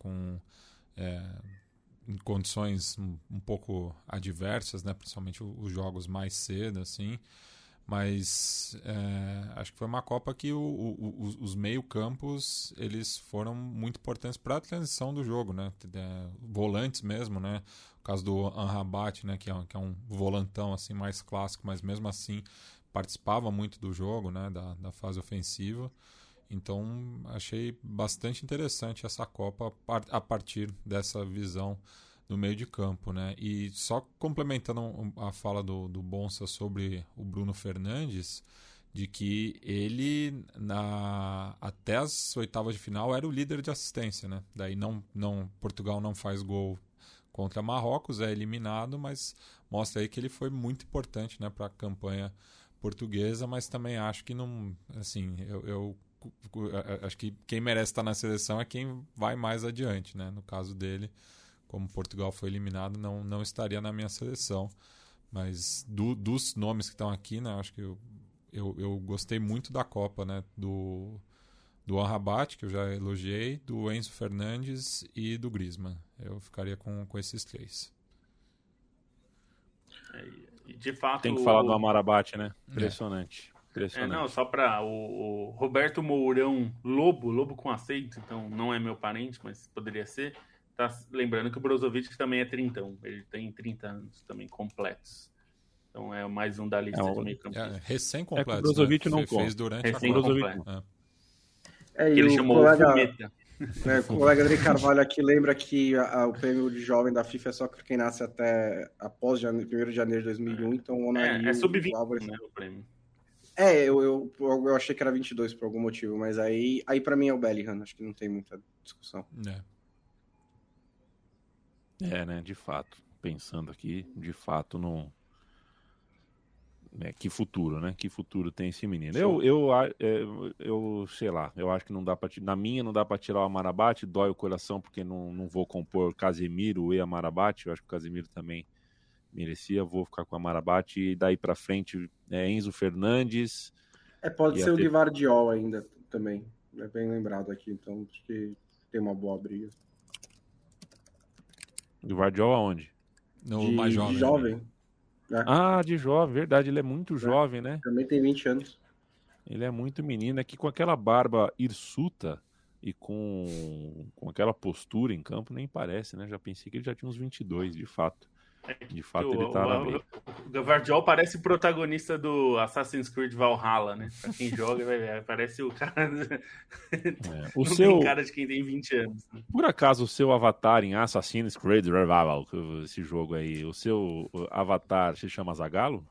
em condições um pouco adversas, né? Principalmente os jogos mais cedo, assim. Mas acho que foi uma Copa que os meio-campos eles foram muito importantes para a transição do jogo, né? Volantes mesmo, né? O caso do Amrabat, né? Que é um volantão assim, mais clássico, mas mesmo assim participava muito do jogo, né? Da fase ofensiva. Então achei bastante interessante essa Copa a partir dessa visão no meio de campo, né? E só complementando a fala do Bonsa sobre o Bruno Fernandes, de que ele até as oitavas de final era o líder de assistência, né? Daí Portugal não faz gol contra Marrocos, é eliminado, mas mostra aí que ele foi muito importante, né, para a campanha portuguesa, mas também acho que não, assim, eu acho que quem merece estar na seleção é quem vai mais adiante, né? No caso dele, como Portugal foi eliminado, não estaria na minha seleção. Mas dos nomes que estão aqui, né, acho que eu gostei muito da Copa, né, do Amrabat, que eu já elogiei, do Enzo Fernandes e do Griezmann. Eu ficaria com esses 3. De fato, tem que falar do Amrabat, né? Impressionante. Não, só para o Roberto Mourão Lobo com acento, então não é meu parente, mas poderia ser. Tá lembrando que o Brozovic também é 30, ele tem 30 anos também completos. Então é mais um da lista de meio-campistas. Recém-completos. O Brozovic não fez durante a ele chamou o Fumeta. O colega André Carvalho aqui lembra que o prêmio de jovem da FIFA é só para quem nasce até após 1º de janeiro de 2001, então o Onaí... É sub-20, né, o prêmio. Eu achei que era 22 por algum motivo, mas aí para mim é o Bellingham, acho que não tem muita discussão. Né, de fato. Pensando aqui, de fato, não... que futuro, né? Que futuro tem esse menino? Eu sei lá, eu acho que não dá pra... Na minha, não dá pra tirar o Amrabat, dói o coração, porque não vou compor Casemiro e Amrabat, eu acho que o Casemiro também merecia, vou ficar com o Amrabat, e daí pra frente Enzo Fernandes... Pode ser o Gvardiol ainda também, é bem lembrado aqui, então acho que tem uma boa briga. Gvardiol aonde? Mais jovem. De jovem. De jovem, verdade, ele é muito jovem, né? Também tem 20 anos. Ele é muito menino, é que com aquela barba hirsuta e com aquela postura em campo, nem parece, né? Já pensei que ele já tinha uns 22, de fato. De fato, ele tá na meio. O Gvardiol parece o protagonista do Assassin's Creed Valhalla, né? Pra quem joga, vai ver, parece o cara... O seu... tem cara de quem tem 20 anos. Né? Por acaso, o seu avatar em Assassin's Creed Valhalla, esse jogo aí, o seu avatar se chama Zagallo?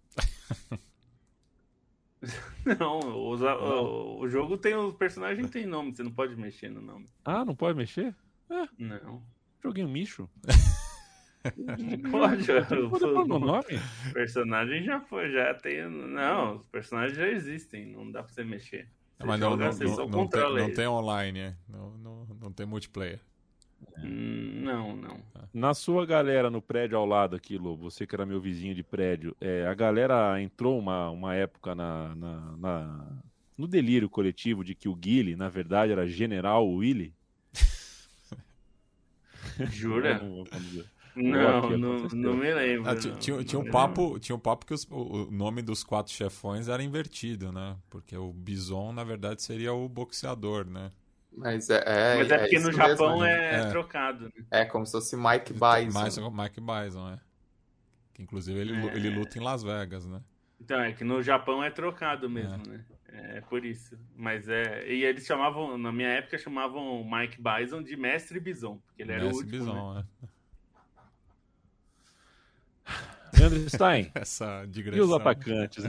Não, o jogo tem... O personagem tem nome, você não pode mexer no nome. Ah, não pode mexer? Não. Joguinho micho. Pode pôr no nome? O personagem já tem. Não, os personagens já existem, não dá pra você mexer. Você mas não tem online, não tem multiplayer. Não. Na sua galera no prédio ao lado aqui, Lobo, você que era meu vizinho de prédio, a galera entrou uma época no delírio coletivo de que o Guile, na verdade, era General Willy? Jura? Não me lembro. Tinha um papo que o nome dos 4 chefões era invertido, né? Porque o Bison, na verdade, seria o boxeador, né? Mas porque no Japão mesmo, é trocado. Né? É como se fosse Mike Bison. Mike Bison, Que inclusive ele luta em Las Vegas, né? Então, é que no Japão é trocado mesmo, né? É por isso. Mas E eles chamavam, na minha época, chamavam o Mike Bison de Mestre Bison, porque ele era o último. Bison, né? Leandro Stein. Essa digressão. E os atacantes?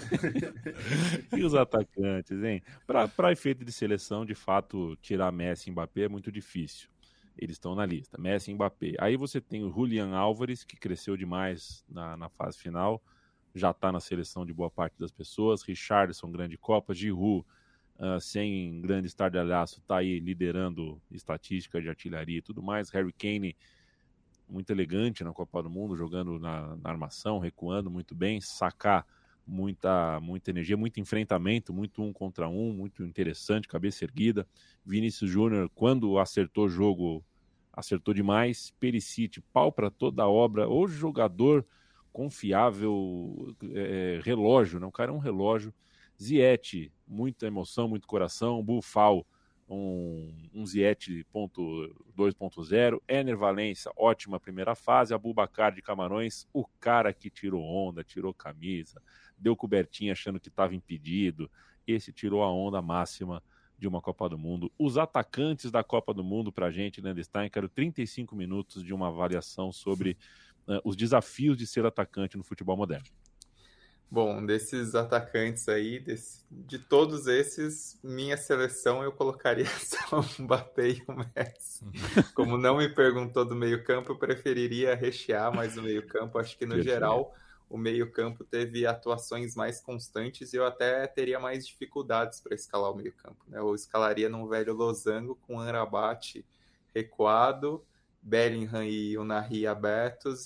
E os atacantes, hein? Para efeito de seleção, de fato, tirar Messi e Mbappé é muito difícil. Eles estão na lista, Messi e Mbappé. Aí você tem o Julián Álvares, que cresceu demais na fase final, já está na seleção de boa parte das pessoas. Richarlison, grande Copa. Giroud, sem grande estardalhaço, está aí liderando estatística de artilharia e tudo mais. Harry Kane, muito elegante na Copa do Mundo, jogando na armação, recuando muito bem. Saka, muita energia, muito enfrentamento, muito 1 contra 1, muito interessante, cabeça erguida. Vinícius Júnior, quando acertou o jogo, acertou demais. Perisic, pau para toda a obra. O jogador confiável relógio, né? O cara é um relógio. Ziyech, muita emoção, muito coração. Boufal, um Ziyech 2.0. Ener Valencia, ótima primeira fase. Aboubakar de Camarões, o cara que tirou onda, tirou camisa, deu cobertinha achando que estava impedido. Esse tirou a onda máxima de uma Copa do Mundo. Os atacantes da Copa do Mundo pra gente, Leandro Stein, quero 35 minutos de uma avaliação sobre os desafios de ser atacante no futebol moderno. Bom, desses atacantes aí, de todos esses, minha seleção eu colocaria só o Mbappé e o Messi. Como não me perguntou do meio-campo, eu preferiria rechear mais o meio-campo. Acho que, no geral, o meio-campo teve atuações mais constantes e eu até teria mais dificuldades para escalar o meio-campo, né? Eu escalaria num velho losango com Amrabat recuado, Bellingham e Unai abertos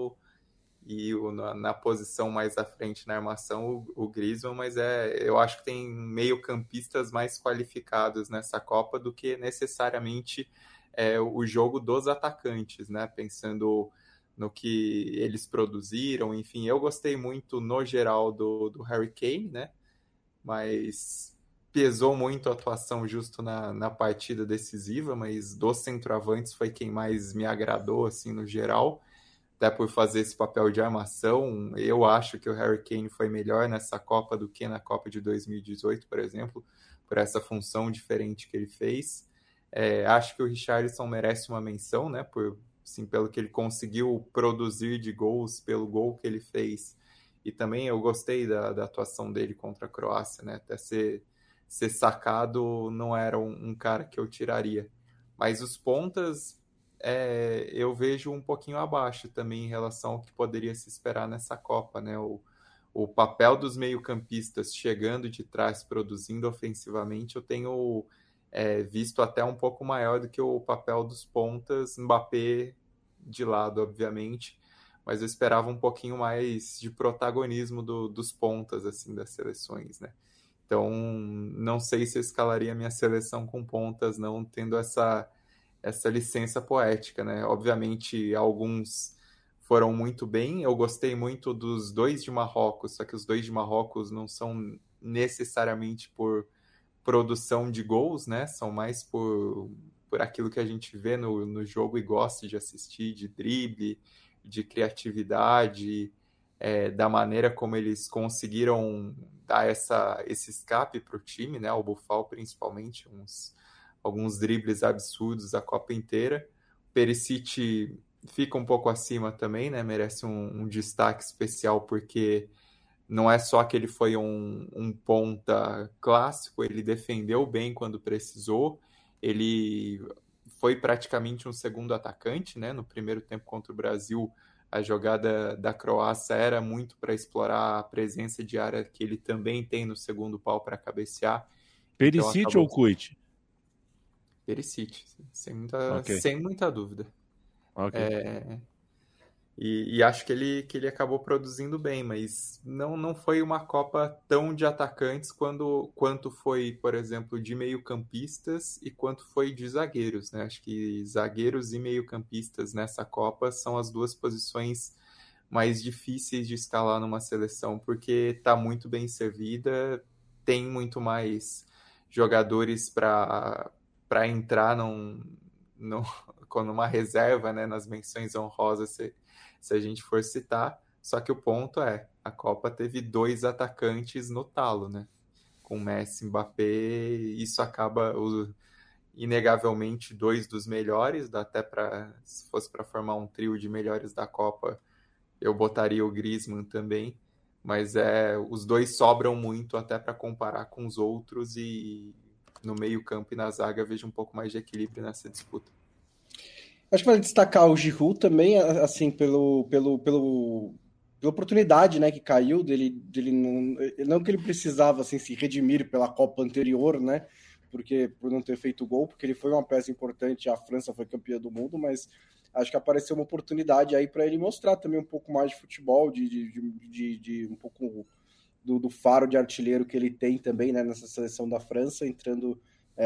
na posição mais à frente na armação o Griezmann, mas eu acho que tem meio-campistas mais qualificados nessa Copa do que necessariamente o jogo dos atacantes, né? Pensando no que eles produziram, enfim, eu gostei muito no geral do Harry Kane, né? Mas pesou muito a atuação justo na partida decisiva, mas dos centroavantes foi quem mais me agradou, assim, no geral, até por fazer esse papel de armação. Eu acho que o Harry Kane foi melhor nessa Copa do que na Copa de 2018, por exemplo, por essa função diferente que ele fez. Acho que o Richarlison merece uma menção, né, assim, pelo que ele conseguiu produzir de gols, pelo gol que ele fez. E também eu gostei da atuação dele contra a Croácia, né, até ser sacado, não era um cara que eu tiraria. Mas os pontas eu vejo um pouquinho abaixo também em relação ao que poderia se esperar nessa Copa, né? O papel dos meio-campistas chegando de trás, produzindo ofensivamente, eu tenho visto até um pouco maior do que o papel dos pontas, Mbappé de lado, obviamente, mas eu esperava um pouquinho mais de protagonismo dos pontas, assim, das seleções, né? Então, não sei se eu escalaria minha seleção com pontas, não tendo essa licença poética, né? Obviamente, alguns foram muito bem. Eu gostei muito dos dois de Marrocos, só que os dois de Marrocos não são necessariamente por produção de gols, né? São mais por aquilo que a gente vê no jogo e gosta de assistir, de drible, de criatividade, da maneira como eles conseguiram dar esse escape para o time, né? O Boufal, principalmente, alguns dribles absurdos a Copa inteira. Perisic fica um pouco acima também, né? Merece um destaque especial, porque não é só que ele foi um ponta clássico, ele defendeu bem quando precisou, ele foi praticamente um segundo atacante, né? No primeiro tempo contra o Brasil, a jogada da Croácia era muito para explorar a presença de área que ele também tem no segundo pau para cabecear. Perisic então, ou Kuit? Perisic, sem muita dúvida. Okay. E acho que ele acabou produzindo bem, mas não foi uma Copa tão de atacantes quanto foi, por exemplo, de meio-campistas e quanto foi de zagueiros, né? Acho que zagueiros e meio-campistas nessa Copa são as duas posições mais difíceis de escalar numa seleção, porque está muito bem servida, tem muito mais jogadores para entrar numa reserva, né, nas menções honrosas, se a gente for citar. Só que o ponto a Copa teve 2 atacantes no talo, né? Com Messi e Mbappé, isso acaba inegavelmente 2 dos melhores, dá até se fosse para formar um trio de melhores da Copa, eu botaria o Griezmann também, mas os dois sobram muito até para comparar com os outros, e no meio-campo e na zaga vejo um pouco mais de equilíbrio nessa disputa. Acho que vale destacar o Giroud também, assim, pela oportunidade, né, que caiu dele não que ele precisava, assim, se redimir pela Copa anterior, né, por não ter feito gol, porque ele foi uma peça importante, a França foi campeã do mundo, mas acho que apareceu uma oportunidade aí para ele mostrar também um pouco mais de futebol, de um pouco do faro de artilheiro que ele tem também, né, nessa seleção da França, entrando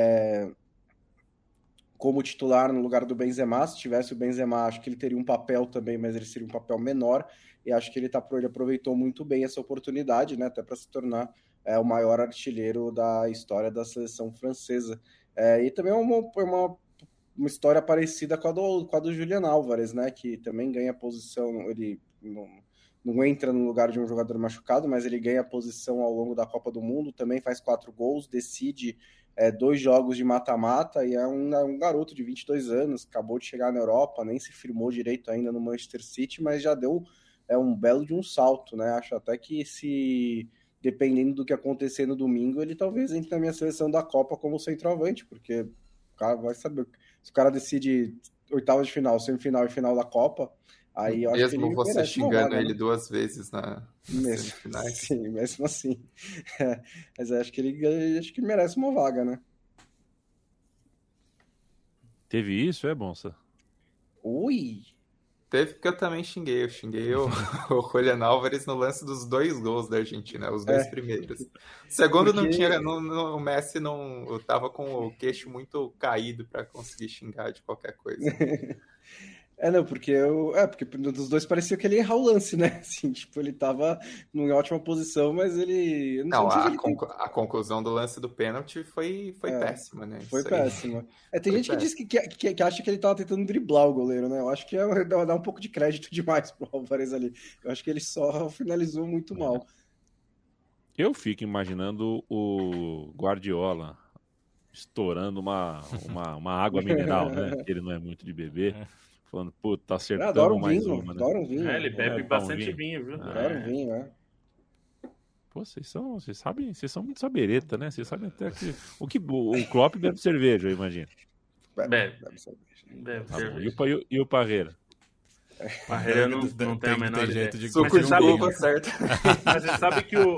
como titular no lugar do Benzema. Se tivesse o Benzema, acho que ele teria um papel também, mas ele seria um papel menor. e acho que ele aproveitou muito bem essa oportunidade, né, até para se tornar o maior artilheiro da história da seleção francesa. E também é uma história parecida com a do Julián Álvares, né, que também ganha posição, ele não entra no lugar de um jogador machucado, mas ele ganha posição ao longo da Copa do Mundo, também faz 4 gols, decide 2 jogos de mata-mata, e é um garoto de 22 anos, acabou de chegar na Europa, nem se firmou direito ainda no Manchester City, mas já deu um belo de um salto, né? Acho até que dependendo do que acontecer no domingo, ele talvez entre na minha seleção da Copa como centroavante, porque o cara vai saber, se o cara decide oitavas de final, semifinal e final da Copa, aí eu acho que ele você xingando ele 2 vezes na semifinais. Sim, mesmo assim. Mas acho que ele merece uma vaga, né? Teve isso, Bonsa? Ui! Teve, porque eu também xinguei. Eu xinguei o Julián Álvares no lance dos 2 gols da Argentina, os 2 primeiros. O segundo não tinha. O Messi não. Eu tava com o queixo muito caído para conseguir xingar de qualquer coisa. Não, porque dos dois parecia que ele ia errar o lance, né? Assim, tipo, ele tava numa ótima posição, mas ele... A conclusão do lance do pênalti foi péssima, né? Foi péssima. Tem gente que diz que acha que ele tava tentando driblar o goleiro, né? Eu acho que dá um pouco de crédito demais pro Álvares ali. Eu acho que ele só finalizou muito mal. Eu fico imaginando o Guardiola estourando uma água mineral, né? Ele não é muito de beber. Falando, pô, tá acertando adoro mais vinho, uma, né? Adoro vinho. Ele bebe bastante vinho, viu? Adoro vinho, né? Pô, vocês são muito sabereta, né? Vocês sabem até que o Klopp bebe cerveja, eu imagino. Bebe cerveja. E o Parreira? Parreira não tem a menor jeito de suco de uva, certo? Mas você sabe que o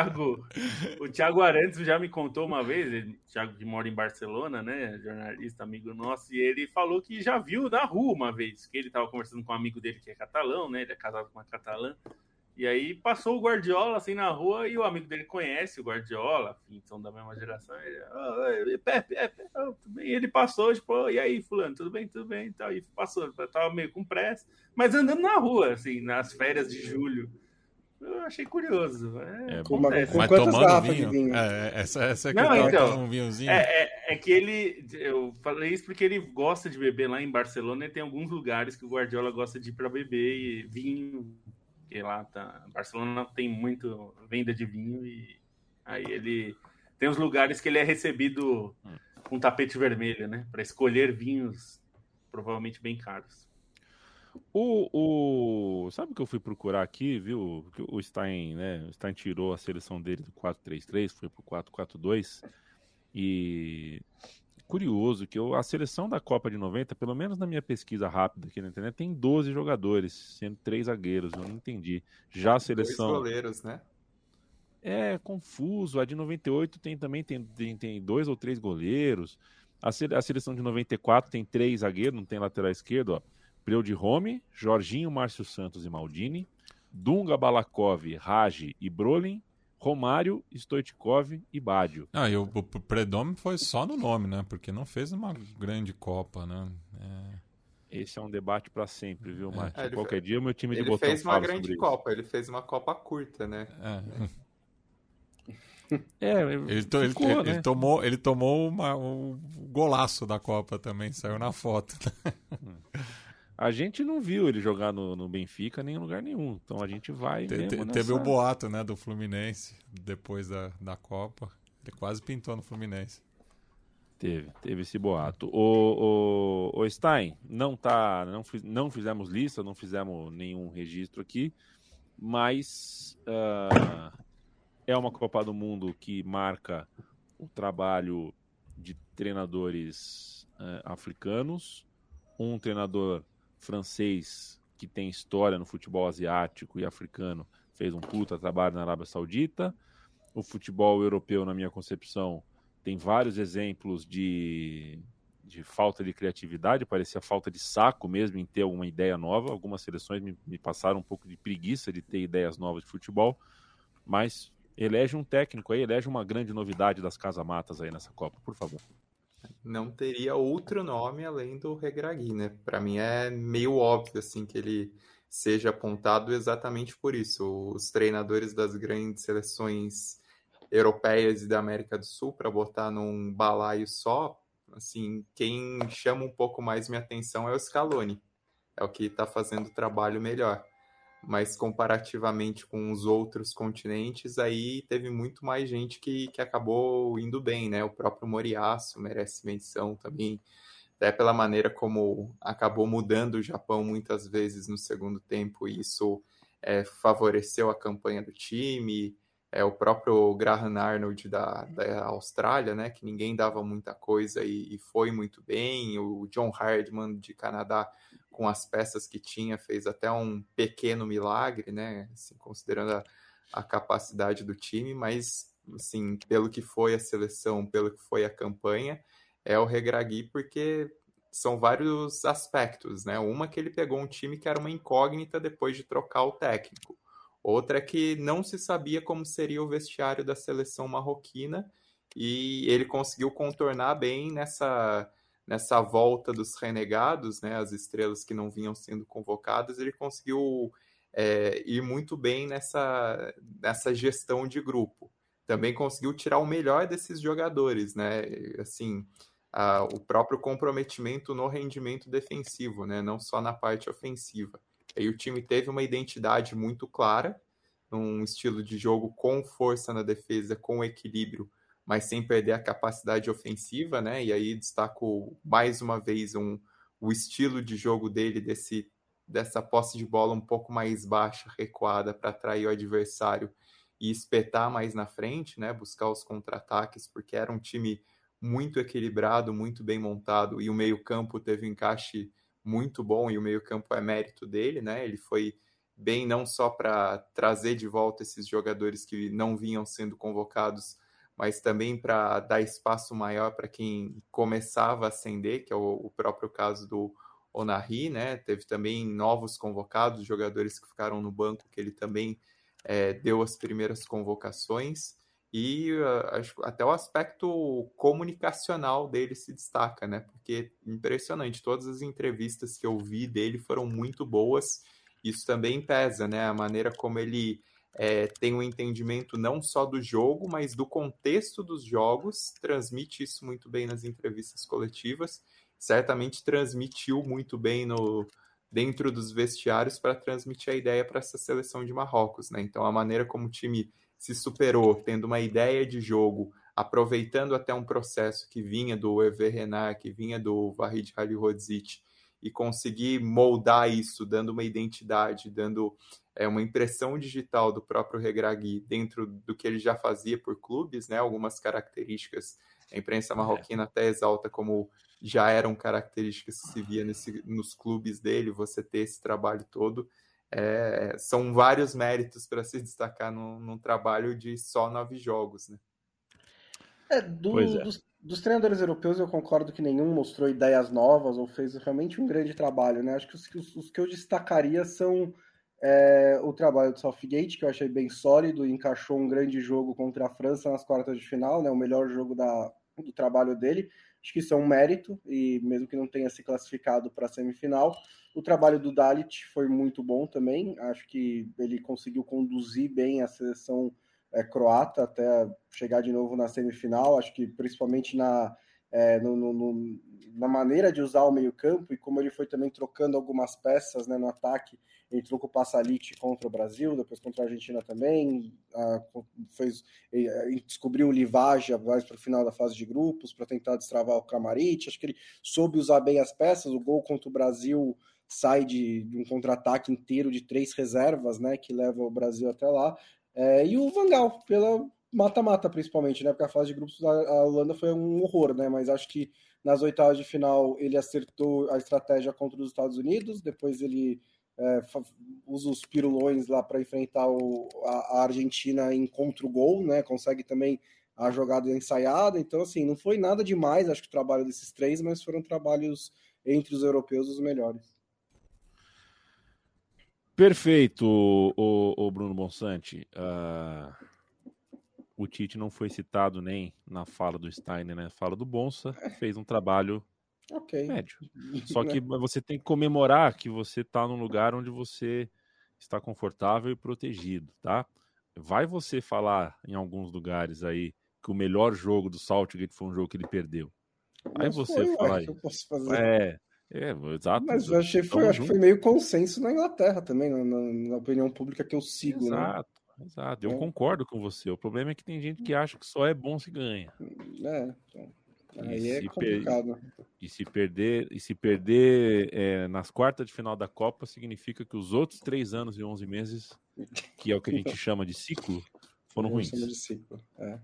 Thiago Arantes já me contou uma vez, o Thiago que mora em Barcelona, né, jornalista, amigo nosso, e ele falou que já viu na rua uma vez, que ele estava conversando com um amigo dele que é catalão, né, ele é casado com uma catalã, e aí passou o Guardiola assim na rua e o amigo dele conhece o Guardiola, enfim, são da mesma geração. Ele, Pepe, tudo bem? E ele passou, tipo, e aí, fulano, tudo bem? E tal, e passou, tava meio com pressa, mas andando na rua, assim, nas férias de julho. Eu achei curioso. Mas tomando vinho? Essa é que então, um vinhozinho. É que eu falei isso porque ele gosta de beber lá em Barcelona e tem alguns lugares que o Guardiola gosta de ir para beber e vinho. Porque lá Barcelona tem muito venda de vinho e aí ele tem uns lugares que ele é recebido com tapete vermelho, né? Para escolher vinhos provavelmente bem caros. Sabe o que eu fui procurar aqui, viu? O Stein, né? O Stein tirou a seleção dele do 4-3-3, foi pro 4-4-2 e curioso que a seleção da Copa de 90, pelo menos na minha pesquisa rápida aqui na internet, tem 12 jogadores, sendo 3 zagueiros, eu não entendi. Já a seleção... 2 goleiros, né? É confuso, a de 98 tem 2 ou 3 goleiros, a seleção de 94 tem 3 zagueiros, não tem lateral esquerdo, ó. Preudirome, Jorginho, Márcio Santos e Maldini, Dunga, Balakov, Raj e Brolin, Romário, Stoichkov e Baggio. E o Predome foi só no nome, né? Porque não fez uma grande Copa, né? Esse é um debate para sempre, viu, Márcio? Qualquer dia o meu time de botão fala sobre isso. Ele fez uma grande Copa, ele fez uma Copa curta, né? Ele tomou um golaço da Copa também, saiu na foto. A gente não viu ele jogar no Benfica nem em lugar nenhum, então a gente vai mesmo nessa... Teve o boato, né, do Fluminense depois da Copa, ele quase pintou no Fluminense. Teve esse boato. O Stein, não fizemos lista, não fizemos nenhum registro aqui, mas é uma Copa do Mundo que marca o trabalho de treinadores africanos, um treinador francês que tem história no futebol asiático e africano, fez um puta trabalho na Arábia Saudita. O futebol europeu, na minha concepção, tem vários exemplos de falta de criatividade, parecia falta de saco mesmo em ter alguma ideia nova. Algumas seleções me passaram um pouco de preguiça de ter ideias novas de futebol, mas elege um técnico aí, elege uma grande novidade das casa-matas aí nessa Copa, por favor. Não teria outro nome além do Regragui, né? Para mim é meio óbvio assim que ele seja apontado exatamente por isso. Os treinadores das grandes seleções europeias e da América do Sul, para botar num balaio só, assim, quem chama um pouco mais minha atenção é o Scaloni. É o que está fazendo o trabalho melhor. Mas comparativamente com os outros continentes, aí teve muito mais gente que acabou indo bem, né? O próprio Moriyasu merece menção também, até pela maneira como acabou mudando o Japão muitas vezes no segundo tempo, e isso favoreceu a campanha do time. O próprio Graham Arnold da Austrália, né? Que ninguém dava muita coisa e foi muito bem. O John Hardman de Canadá, com as peças que tinha, fez até um pequeno milagre, né? Assim, considerando a capacidade do time, mas assim, pelo que foi a seleção, pelo que foi a campanha, é o Regragui, porque são vários aspectos, né? Uma que ele pegou um time que era uma incógnita depois de trocar o técnico. Outra é que não se sabia como seria o vestiário da seleção marroquina, e ele conseguiu contornar bem nessa volta dos renegados, né, as estrelas que não vinham sendo convocadas. Ele conseguiu ir muito bem nessa gestão de grupo. Também conseguiu tirar o melhor desses jogadores, né? Assim, o próprio comprometimento no rendimento defensivo, né? Não só na parte ofensiva. Aí o time teve uma identidade muito clara, um estilo de jogo com força na defesa, com equilíbrio, mas sem perder a capacidade ofensiva, né? E aí destaco mais uma vez o estilo de jogo dele, dessa posse de bola um pouco mais baixa, recuada, para atrair o adversário e espetar mais na frente, né? Buscar os contra-ataques, porque era um time muito equilibrado, muito bem montado, e o meio-campo teve um encaixe muito bom, e o meio-campo é mérito dele, né? Ele foi bem não só para trazer de volta esses jogadores que não vinham sendo convocados, mas também para dar espaço maior para quem começava a ascender, que é o próprio caso do Onahi, né? Teve também novos convocados, jogadores que ficaram no banco, que ele também deu as primeiras convocações, e até o aspecto comunicacional dele se destaca, né? Porque impressionante, todas as entrevistas que eu vi dele foram muito boas. Isso também pesa, né? A maneira como ele tem um entendimento não só do jogo, mas do contexto dos jogos, transmite isso muito bem nas entrevistas coletivas, certamente transmitiu muito bem dentro dos vestiários para transmitir a ideia para essa seleção de Marrocos, né? Então, a maneira como o time se superou, tendo uma ideia de jogo, aproveitando até um processo que vinha do Hervé Renard, que vinha do Vahid Halilhodzic, e conseguir moldar isso, dando uma identidade, dando uma impressão digital do próprio Regragui dentro do que ele já fazia por clubes, né? Algumas características a imprensa marroquina até exalta como já eram características que se via nos clubes dele, você ter esse trabalho todo. São vários méritos para se destacar num trabalho de só 9 jogos, né? Dos treinadores europeus, eu concordo que nenhum mostrou ideias novas ou fez realmente um grande trabalho, né? Acho que os que eu destacaria são o trabalho do Southgate, que eu achei bem sólido, encaixou um grande jogo contra a França nas quartas de final, né? O melhor jogo do trabalho dele. Acho que isso é um mérito, e mesmo que não tenha se classificado para a semifinal. O trabalho do Dalit foi muito bom também. Acho que ele conseguiu conduzir bem a seleção croata até chegar de novo na semifinal. Acho que principalmente na maneira de usar o meio-campo, e como ele foi também trocando algumas peças, né, no ataque. Ele trocou o Pasalic contra o Brasil, depois contra a Argentina também, descobriu o Livaja mais para o final da fase de grupos, para tentar destravar o Kramaric. Acho que ele soube usar bem as peças. O gol contra o Brasil sai de um contra-ataque inteiro de 3 reservas, né, que leva o Brasil até lá. E o Van Gaal, pela mata-mata principalmente, né, porque a fase de grupos da Holanda foi um horror, né, mas acho que nas oitavas de final ele acertou a estratégia contra os Estados Unidos, depois ele usa os pirulões lá para enfrentar a Argentina em contra-gol, né, consegue também a jogada ensaiada. Então, assim, não foi nada demais, acho que o trabalho desses 3, mas foram trabalhos entre os europeus os melhores. Perfeito, o Bruno Bonsante. O Tite não foi citado nem na fala do Steiner, né? Na fala do Bonsa, fez um trabalho Ok. Médio. Só que você tem que comemorar que você está num lugar onde você está confortável e protegido, tá? Vai você falar em alguns lugares aí que o melhor jogo do Southgate foi um jogo que ele perdeu. Aí Mas você foi, fala ué, aí. que eu posso fazer. Exato. Mas eu acho que foi meio consenso na Inglaterra também, na opinião pública que eu sigo, exato, né? Exato, eu concordo com você. O problema é que tem gente que acha que só é bom se ganha. Aí é complicado. E se perder nas quartas de final da Copa, significa que os outros 3 anos e 11 meses, que é o que a gente chama de ciclo, foram ruins. Chama de ciclo,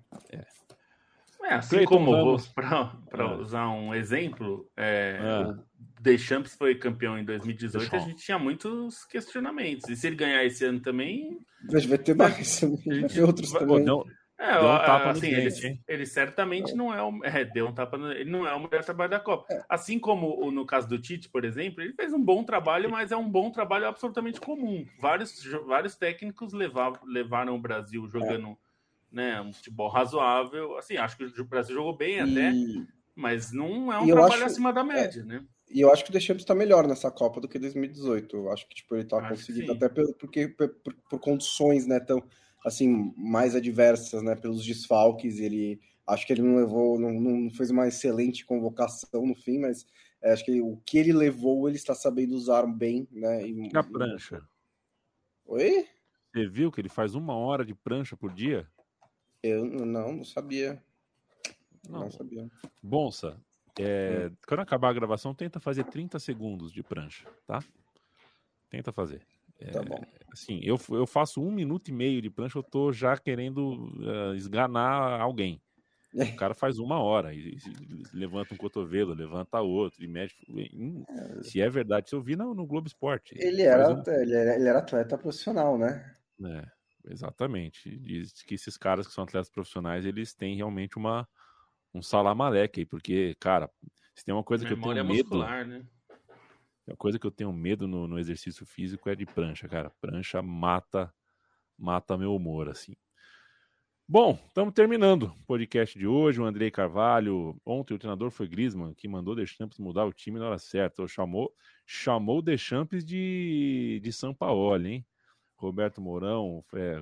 assim Cleiton como para usar um exemplo, o Deschamps foi campeão em 2018, a gente tinha muitos questionamentos. E se ele ganhar esse ano também... Vai ter mais, vai ter outros também. Deu um tapa no dente, ele certamente não é o... deu um tapa ele não é o melhor trabalho da Copa. Assim como no caso do Tite, por exemplo, ele fez um bom trabalho, mas é um bom trabalho absolutamente comum. Vários técnicos levaram o Brasil jogando... Né, um futebol razoável, assim, acho que o Brasil jogou bem até, mas não é um trabalho acima da média, né? E eu acho que o Deschamps está melhor nessa Copa do que 2018. Eu acho que ele está conseguindo, até por condições, né, tão assim, mais adversas, né, pelos desfalques. Acho que ele não fez uma excelente convocação no fim, mas acho que o que ele levou, ele está sabendo usar bem, né? E a prancha? Oi? Você viu que ele faz 1 hora de prancha por dia? Eu não sabia. Não sabia. Bonsa, quando acabar a gravação, tenta fazer 30 segundos de prancha, tá? Tenta fazer. Tá bom. Assim, eu faço 1 minuto e meio de prancha, eu tô já querendo esganar alguém. O cara faz 1 hora e levanta um cotovelo, levanta outro e mexe. Se é verdade, se eu vi no Globo Esporte. Ele era atleta profissional, né? Exatamente. Diz que esses caras que são atletas profissionais, eles têm realmente um salamaleque aí, porque, cara, se tem uma coisa que eu tenho medo... muscular, né? Uma coisa que eu tenho medo no exercício físico é de prancha, cara. Prancha mata meu humor, assim. Bom, estamos terminando o podcast de hoje. O Andrei Carvalho, ontem o treinador foi Griezmann, que mandou o Deschamps mudar o time na hora certa. Chamou o Deschamps de Sampaoli, hein? Roberto Mourão,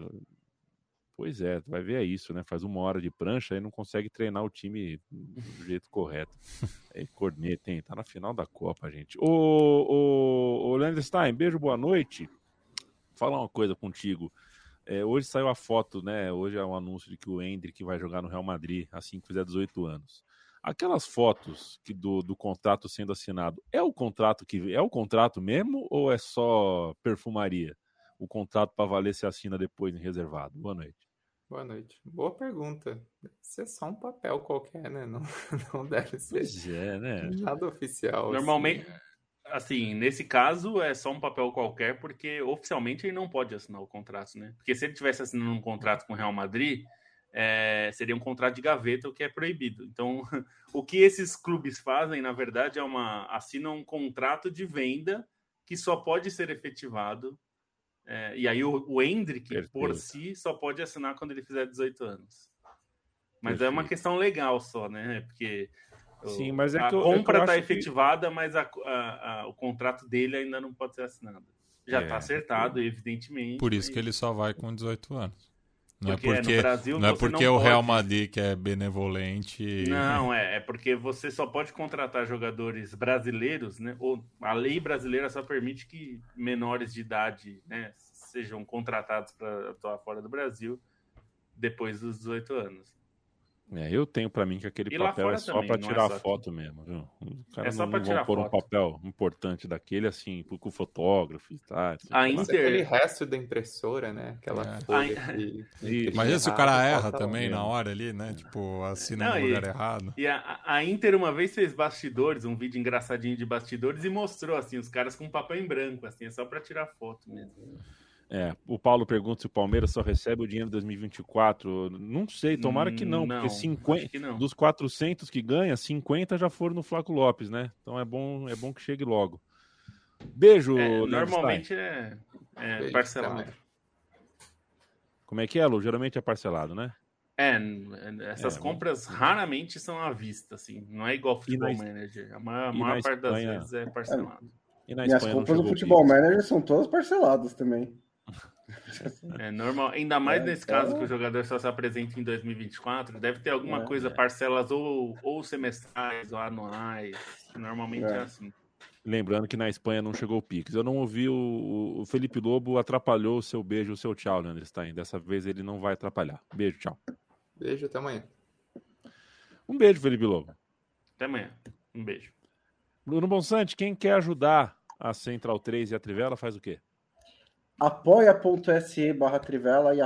pois é, vai ver isso, né? Faz 1 hora de prancha e não consegue treinar o time do jeito correto. Corneta, hein? Tá na final da Copa, gente. Ô Landestein, beijo, boa noite. Falar uma coisa contigo. Hoje saiu a foto, né? Hoje é um anúncio de que o Endrick vai jogar no Real Madrid assim que fizer 18 anos. Aquelas fotos do contrato sendo assinado, é o contrato mesmo ou é só perfumaria? O contrato para valer se assina depois em reservado. Boa noite. Boa noite. Boa pergunta. Deve ser só um papel qualquer, né? Não deve ser né? Nada oficial. Normalmente, assim, nesse caso é só um papel qualquer, porque oficialmente ele não pode assinar o contrato, né? Porque se ele tivesse assinando um contrato com o Real Madrid, seria um contrato de gaveta, o que é proibido. Então, o que esses clubes fazem, na verdade, assinam um contrato de venda que só pode ser efetivado. E aí o Endrick, por si, só pode assinar quando ele fizer 18 anos. Mas é uma questão legal só, né? Porque sim, mas a compra está efetivada, mas o contrato dele ainda não pode ser assinado. Já está acertado, evidentemente. Por isso que ele só vai com 18 anos. Não porque no Brasil, não é porque o Real Madrid que é benevolente. Não, é porque você só pode contratar jogadores brasileiros, né? Ou a lei brasileira só permite que menores de idade, né, sejam contratados para atuar fora do Brasil depois dos 18 anos. Eu tenho para mim que aquele papel é só para tirar a foto mesmo, viu? O cara não vão pôr um papel importante daquele assim com o fotógrafo e tal. Aquele resto da impressora, né? Aquela folha Imagina se o cara erra também na hora ali, né? Tipo, assina no lugar errado. E a Inter uma vez fez bastidores, um vídeo engraçadinho de bastidores e mostrou assim os caras com papel em branco, assim, é só para tirar foto mesmo. O Paulo pergunta se o Palmeiras só recebe o dinheiro de 2024. Não sei, tomara que não, porque 50, dos 400 que ganha, 50 já foram no Flaco Lopes, né? Então é bom que chegue logo. Beijo, normalmente parcelado. Como é que é, Lu? Geralmente é parcelado, né? Essas compras raramente são à vista, assim. Não é igual Futebol Manager. A maior parte das vezes é parcelado. E as compras do Futebol Manager são todas parceladas também. É normal, ainda mais nesse caso que o jogador só se apresenta em 2024, deve ter alguma coisa, parcelas ou semestrais ou anuais. Normalmente é assim. Lembrando que na Espanha não chegou o Pix. Eu não ouvi o Felipe Lobo atrapalhou o seu beijo, o seu tchau, Leandro Stein. Dessa vez ele não vai atrapalhar. Beijo, tchau. Beijo, até amanhã. Um beijo, Felipe Lobo. Até amanhã. Um beijo. Bruno Bonsante, quem quer ajudar a Central 3 e a Trivela faz o quê? apoia.se/Trivela e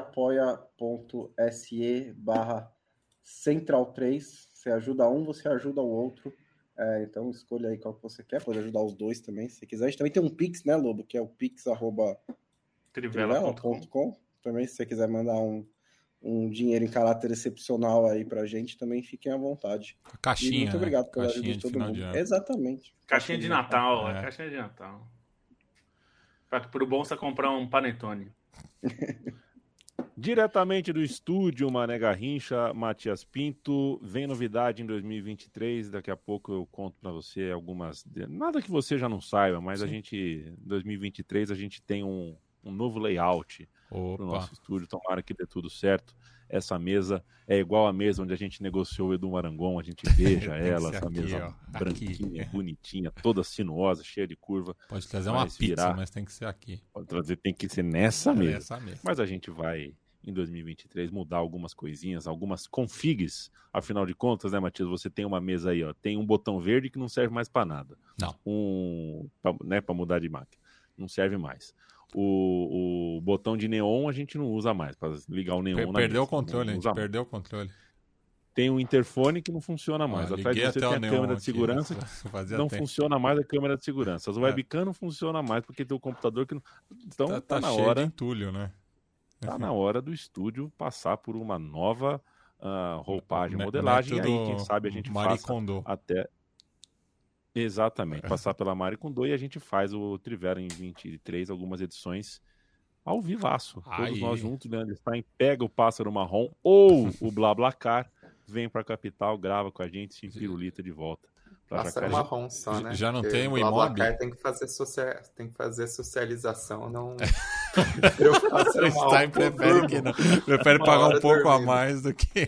apoia.se/Central3. Você ajuda um, você ajuda o outro. Então escolha aí qual que você quer. Pode ajudar os dois também, se quiser. A gente também tem um Pix, né, Lobo? Que é o pix@trivela.com. Também, se você quiser mandar um dinheiro em caráter excepcional aí pra gente, também fiquem à vontade. A caixinha, muito obrigado pela ajuda de todo mundo. Exatamente. Caixinha de Natal, caixinha de Natal. Pro Bonsa comprar um panetone. Diretamente do estúdio Mané Garrincha, Matias Pinto. Vem novidade em 2023. Daqui a pouco eu conto para você algumas. Nada que você já não saiba, mas em 2023 a gente tem um novo layout no nosso estúdio. Tomara que dê tudo certo. Essa mesa é igual à mesa onde a gente negociou o Edu Marangon. A gente beija ela, essa aqui, mesa branquinha, bonitinha, toda sinuosa, cheia de curva. Pode trazer uma pizza, mas tem que ser aqui. Pode trazer, tem que ser nessa mesa. Mas a gente vai, em 2023, mudar algumas coisinhas, algumas configs. Afinal de contas, né, Matias? Você tem uma mesa aí, tem um botão verde que não serve mais para nada. Não. Para mudar de máquina. Não serve mais. O botão de neon a gente não usa mais para ligar o neon. Perdeu o controle, a gente perdeu o controle. Tem um interfone que não funciona mais. Atrás de você tem a câmera de segurança. Não funciona mais a câmera de segurança. As webcam não funciona mais porque tem o computador que não. Então tá na hora. De entulho, né? Tá na hora do estúdio passar por uma nova roupagem, modelagem. E aí, quem sabe a gente faça até. Exatamente, passar pela Mari Kondo e a gente faz o Trivela em 23, algumas edições ao vivaço. Todos nós juntos, Leandro Stein pega o Pássaro Marrom ou o BlaBlaCar, vem pra capital, grava com a gente, se empirulita de volta. Pássaro Marrom só, né? Já não tem o Imob? Tem que fazer socialização, não... O Stein prefere pagar um pouco a mais do que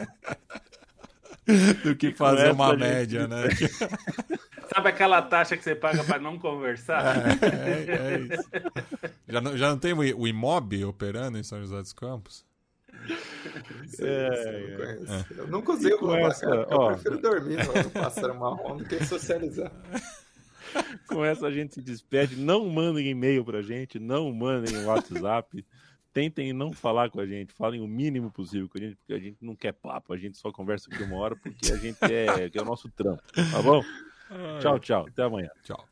fazer uma média, né? Sabe aquela taxa que você paga para não conversar? É isso. Já não tem o Imob operando em São José dos Campos? Eu nunca usei o BlaBlaCar, eu prefiro dormir no Pássaro Marrom do que socializar. Com essa a gente se despede. Não mandem e-mail pra gente, não mandem WhatsApp. Tentem não falar com a gente, falem o mínimo possível com a gente, porque a gente não quer papo, a gente só conversa aqui uma hora, porque a gente é o nosso trampo, tá bom? Tchau, até amanhã. Tchau.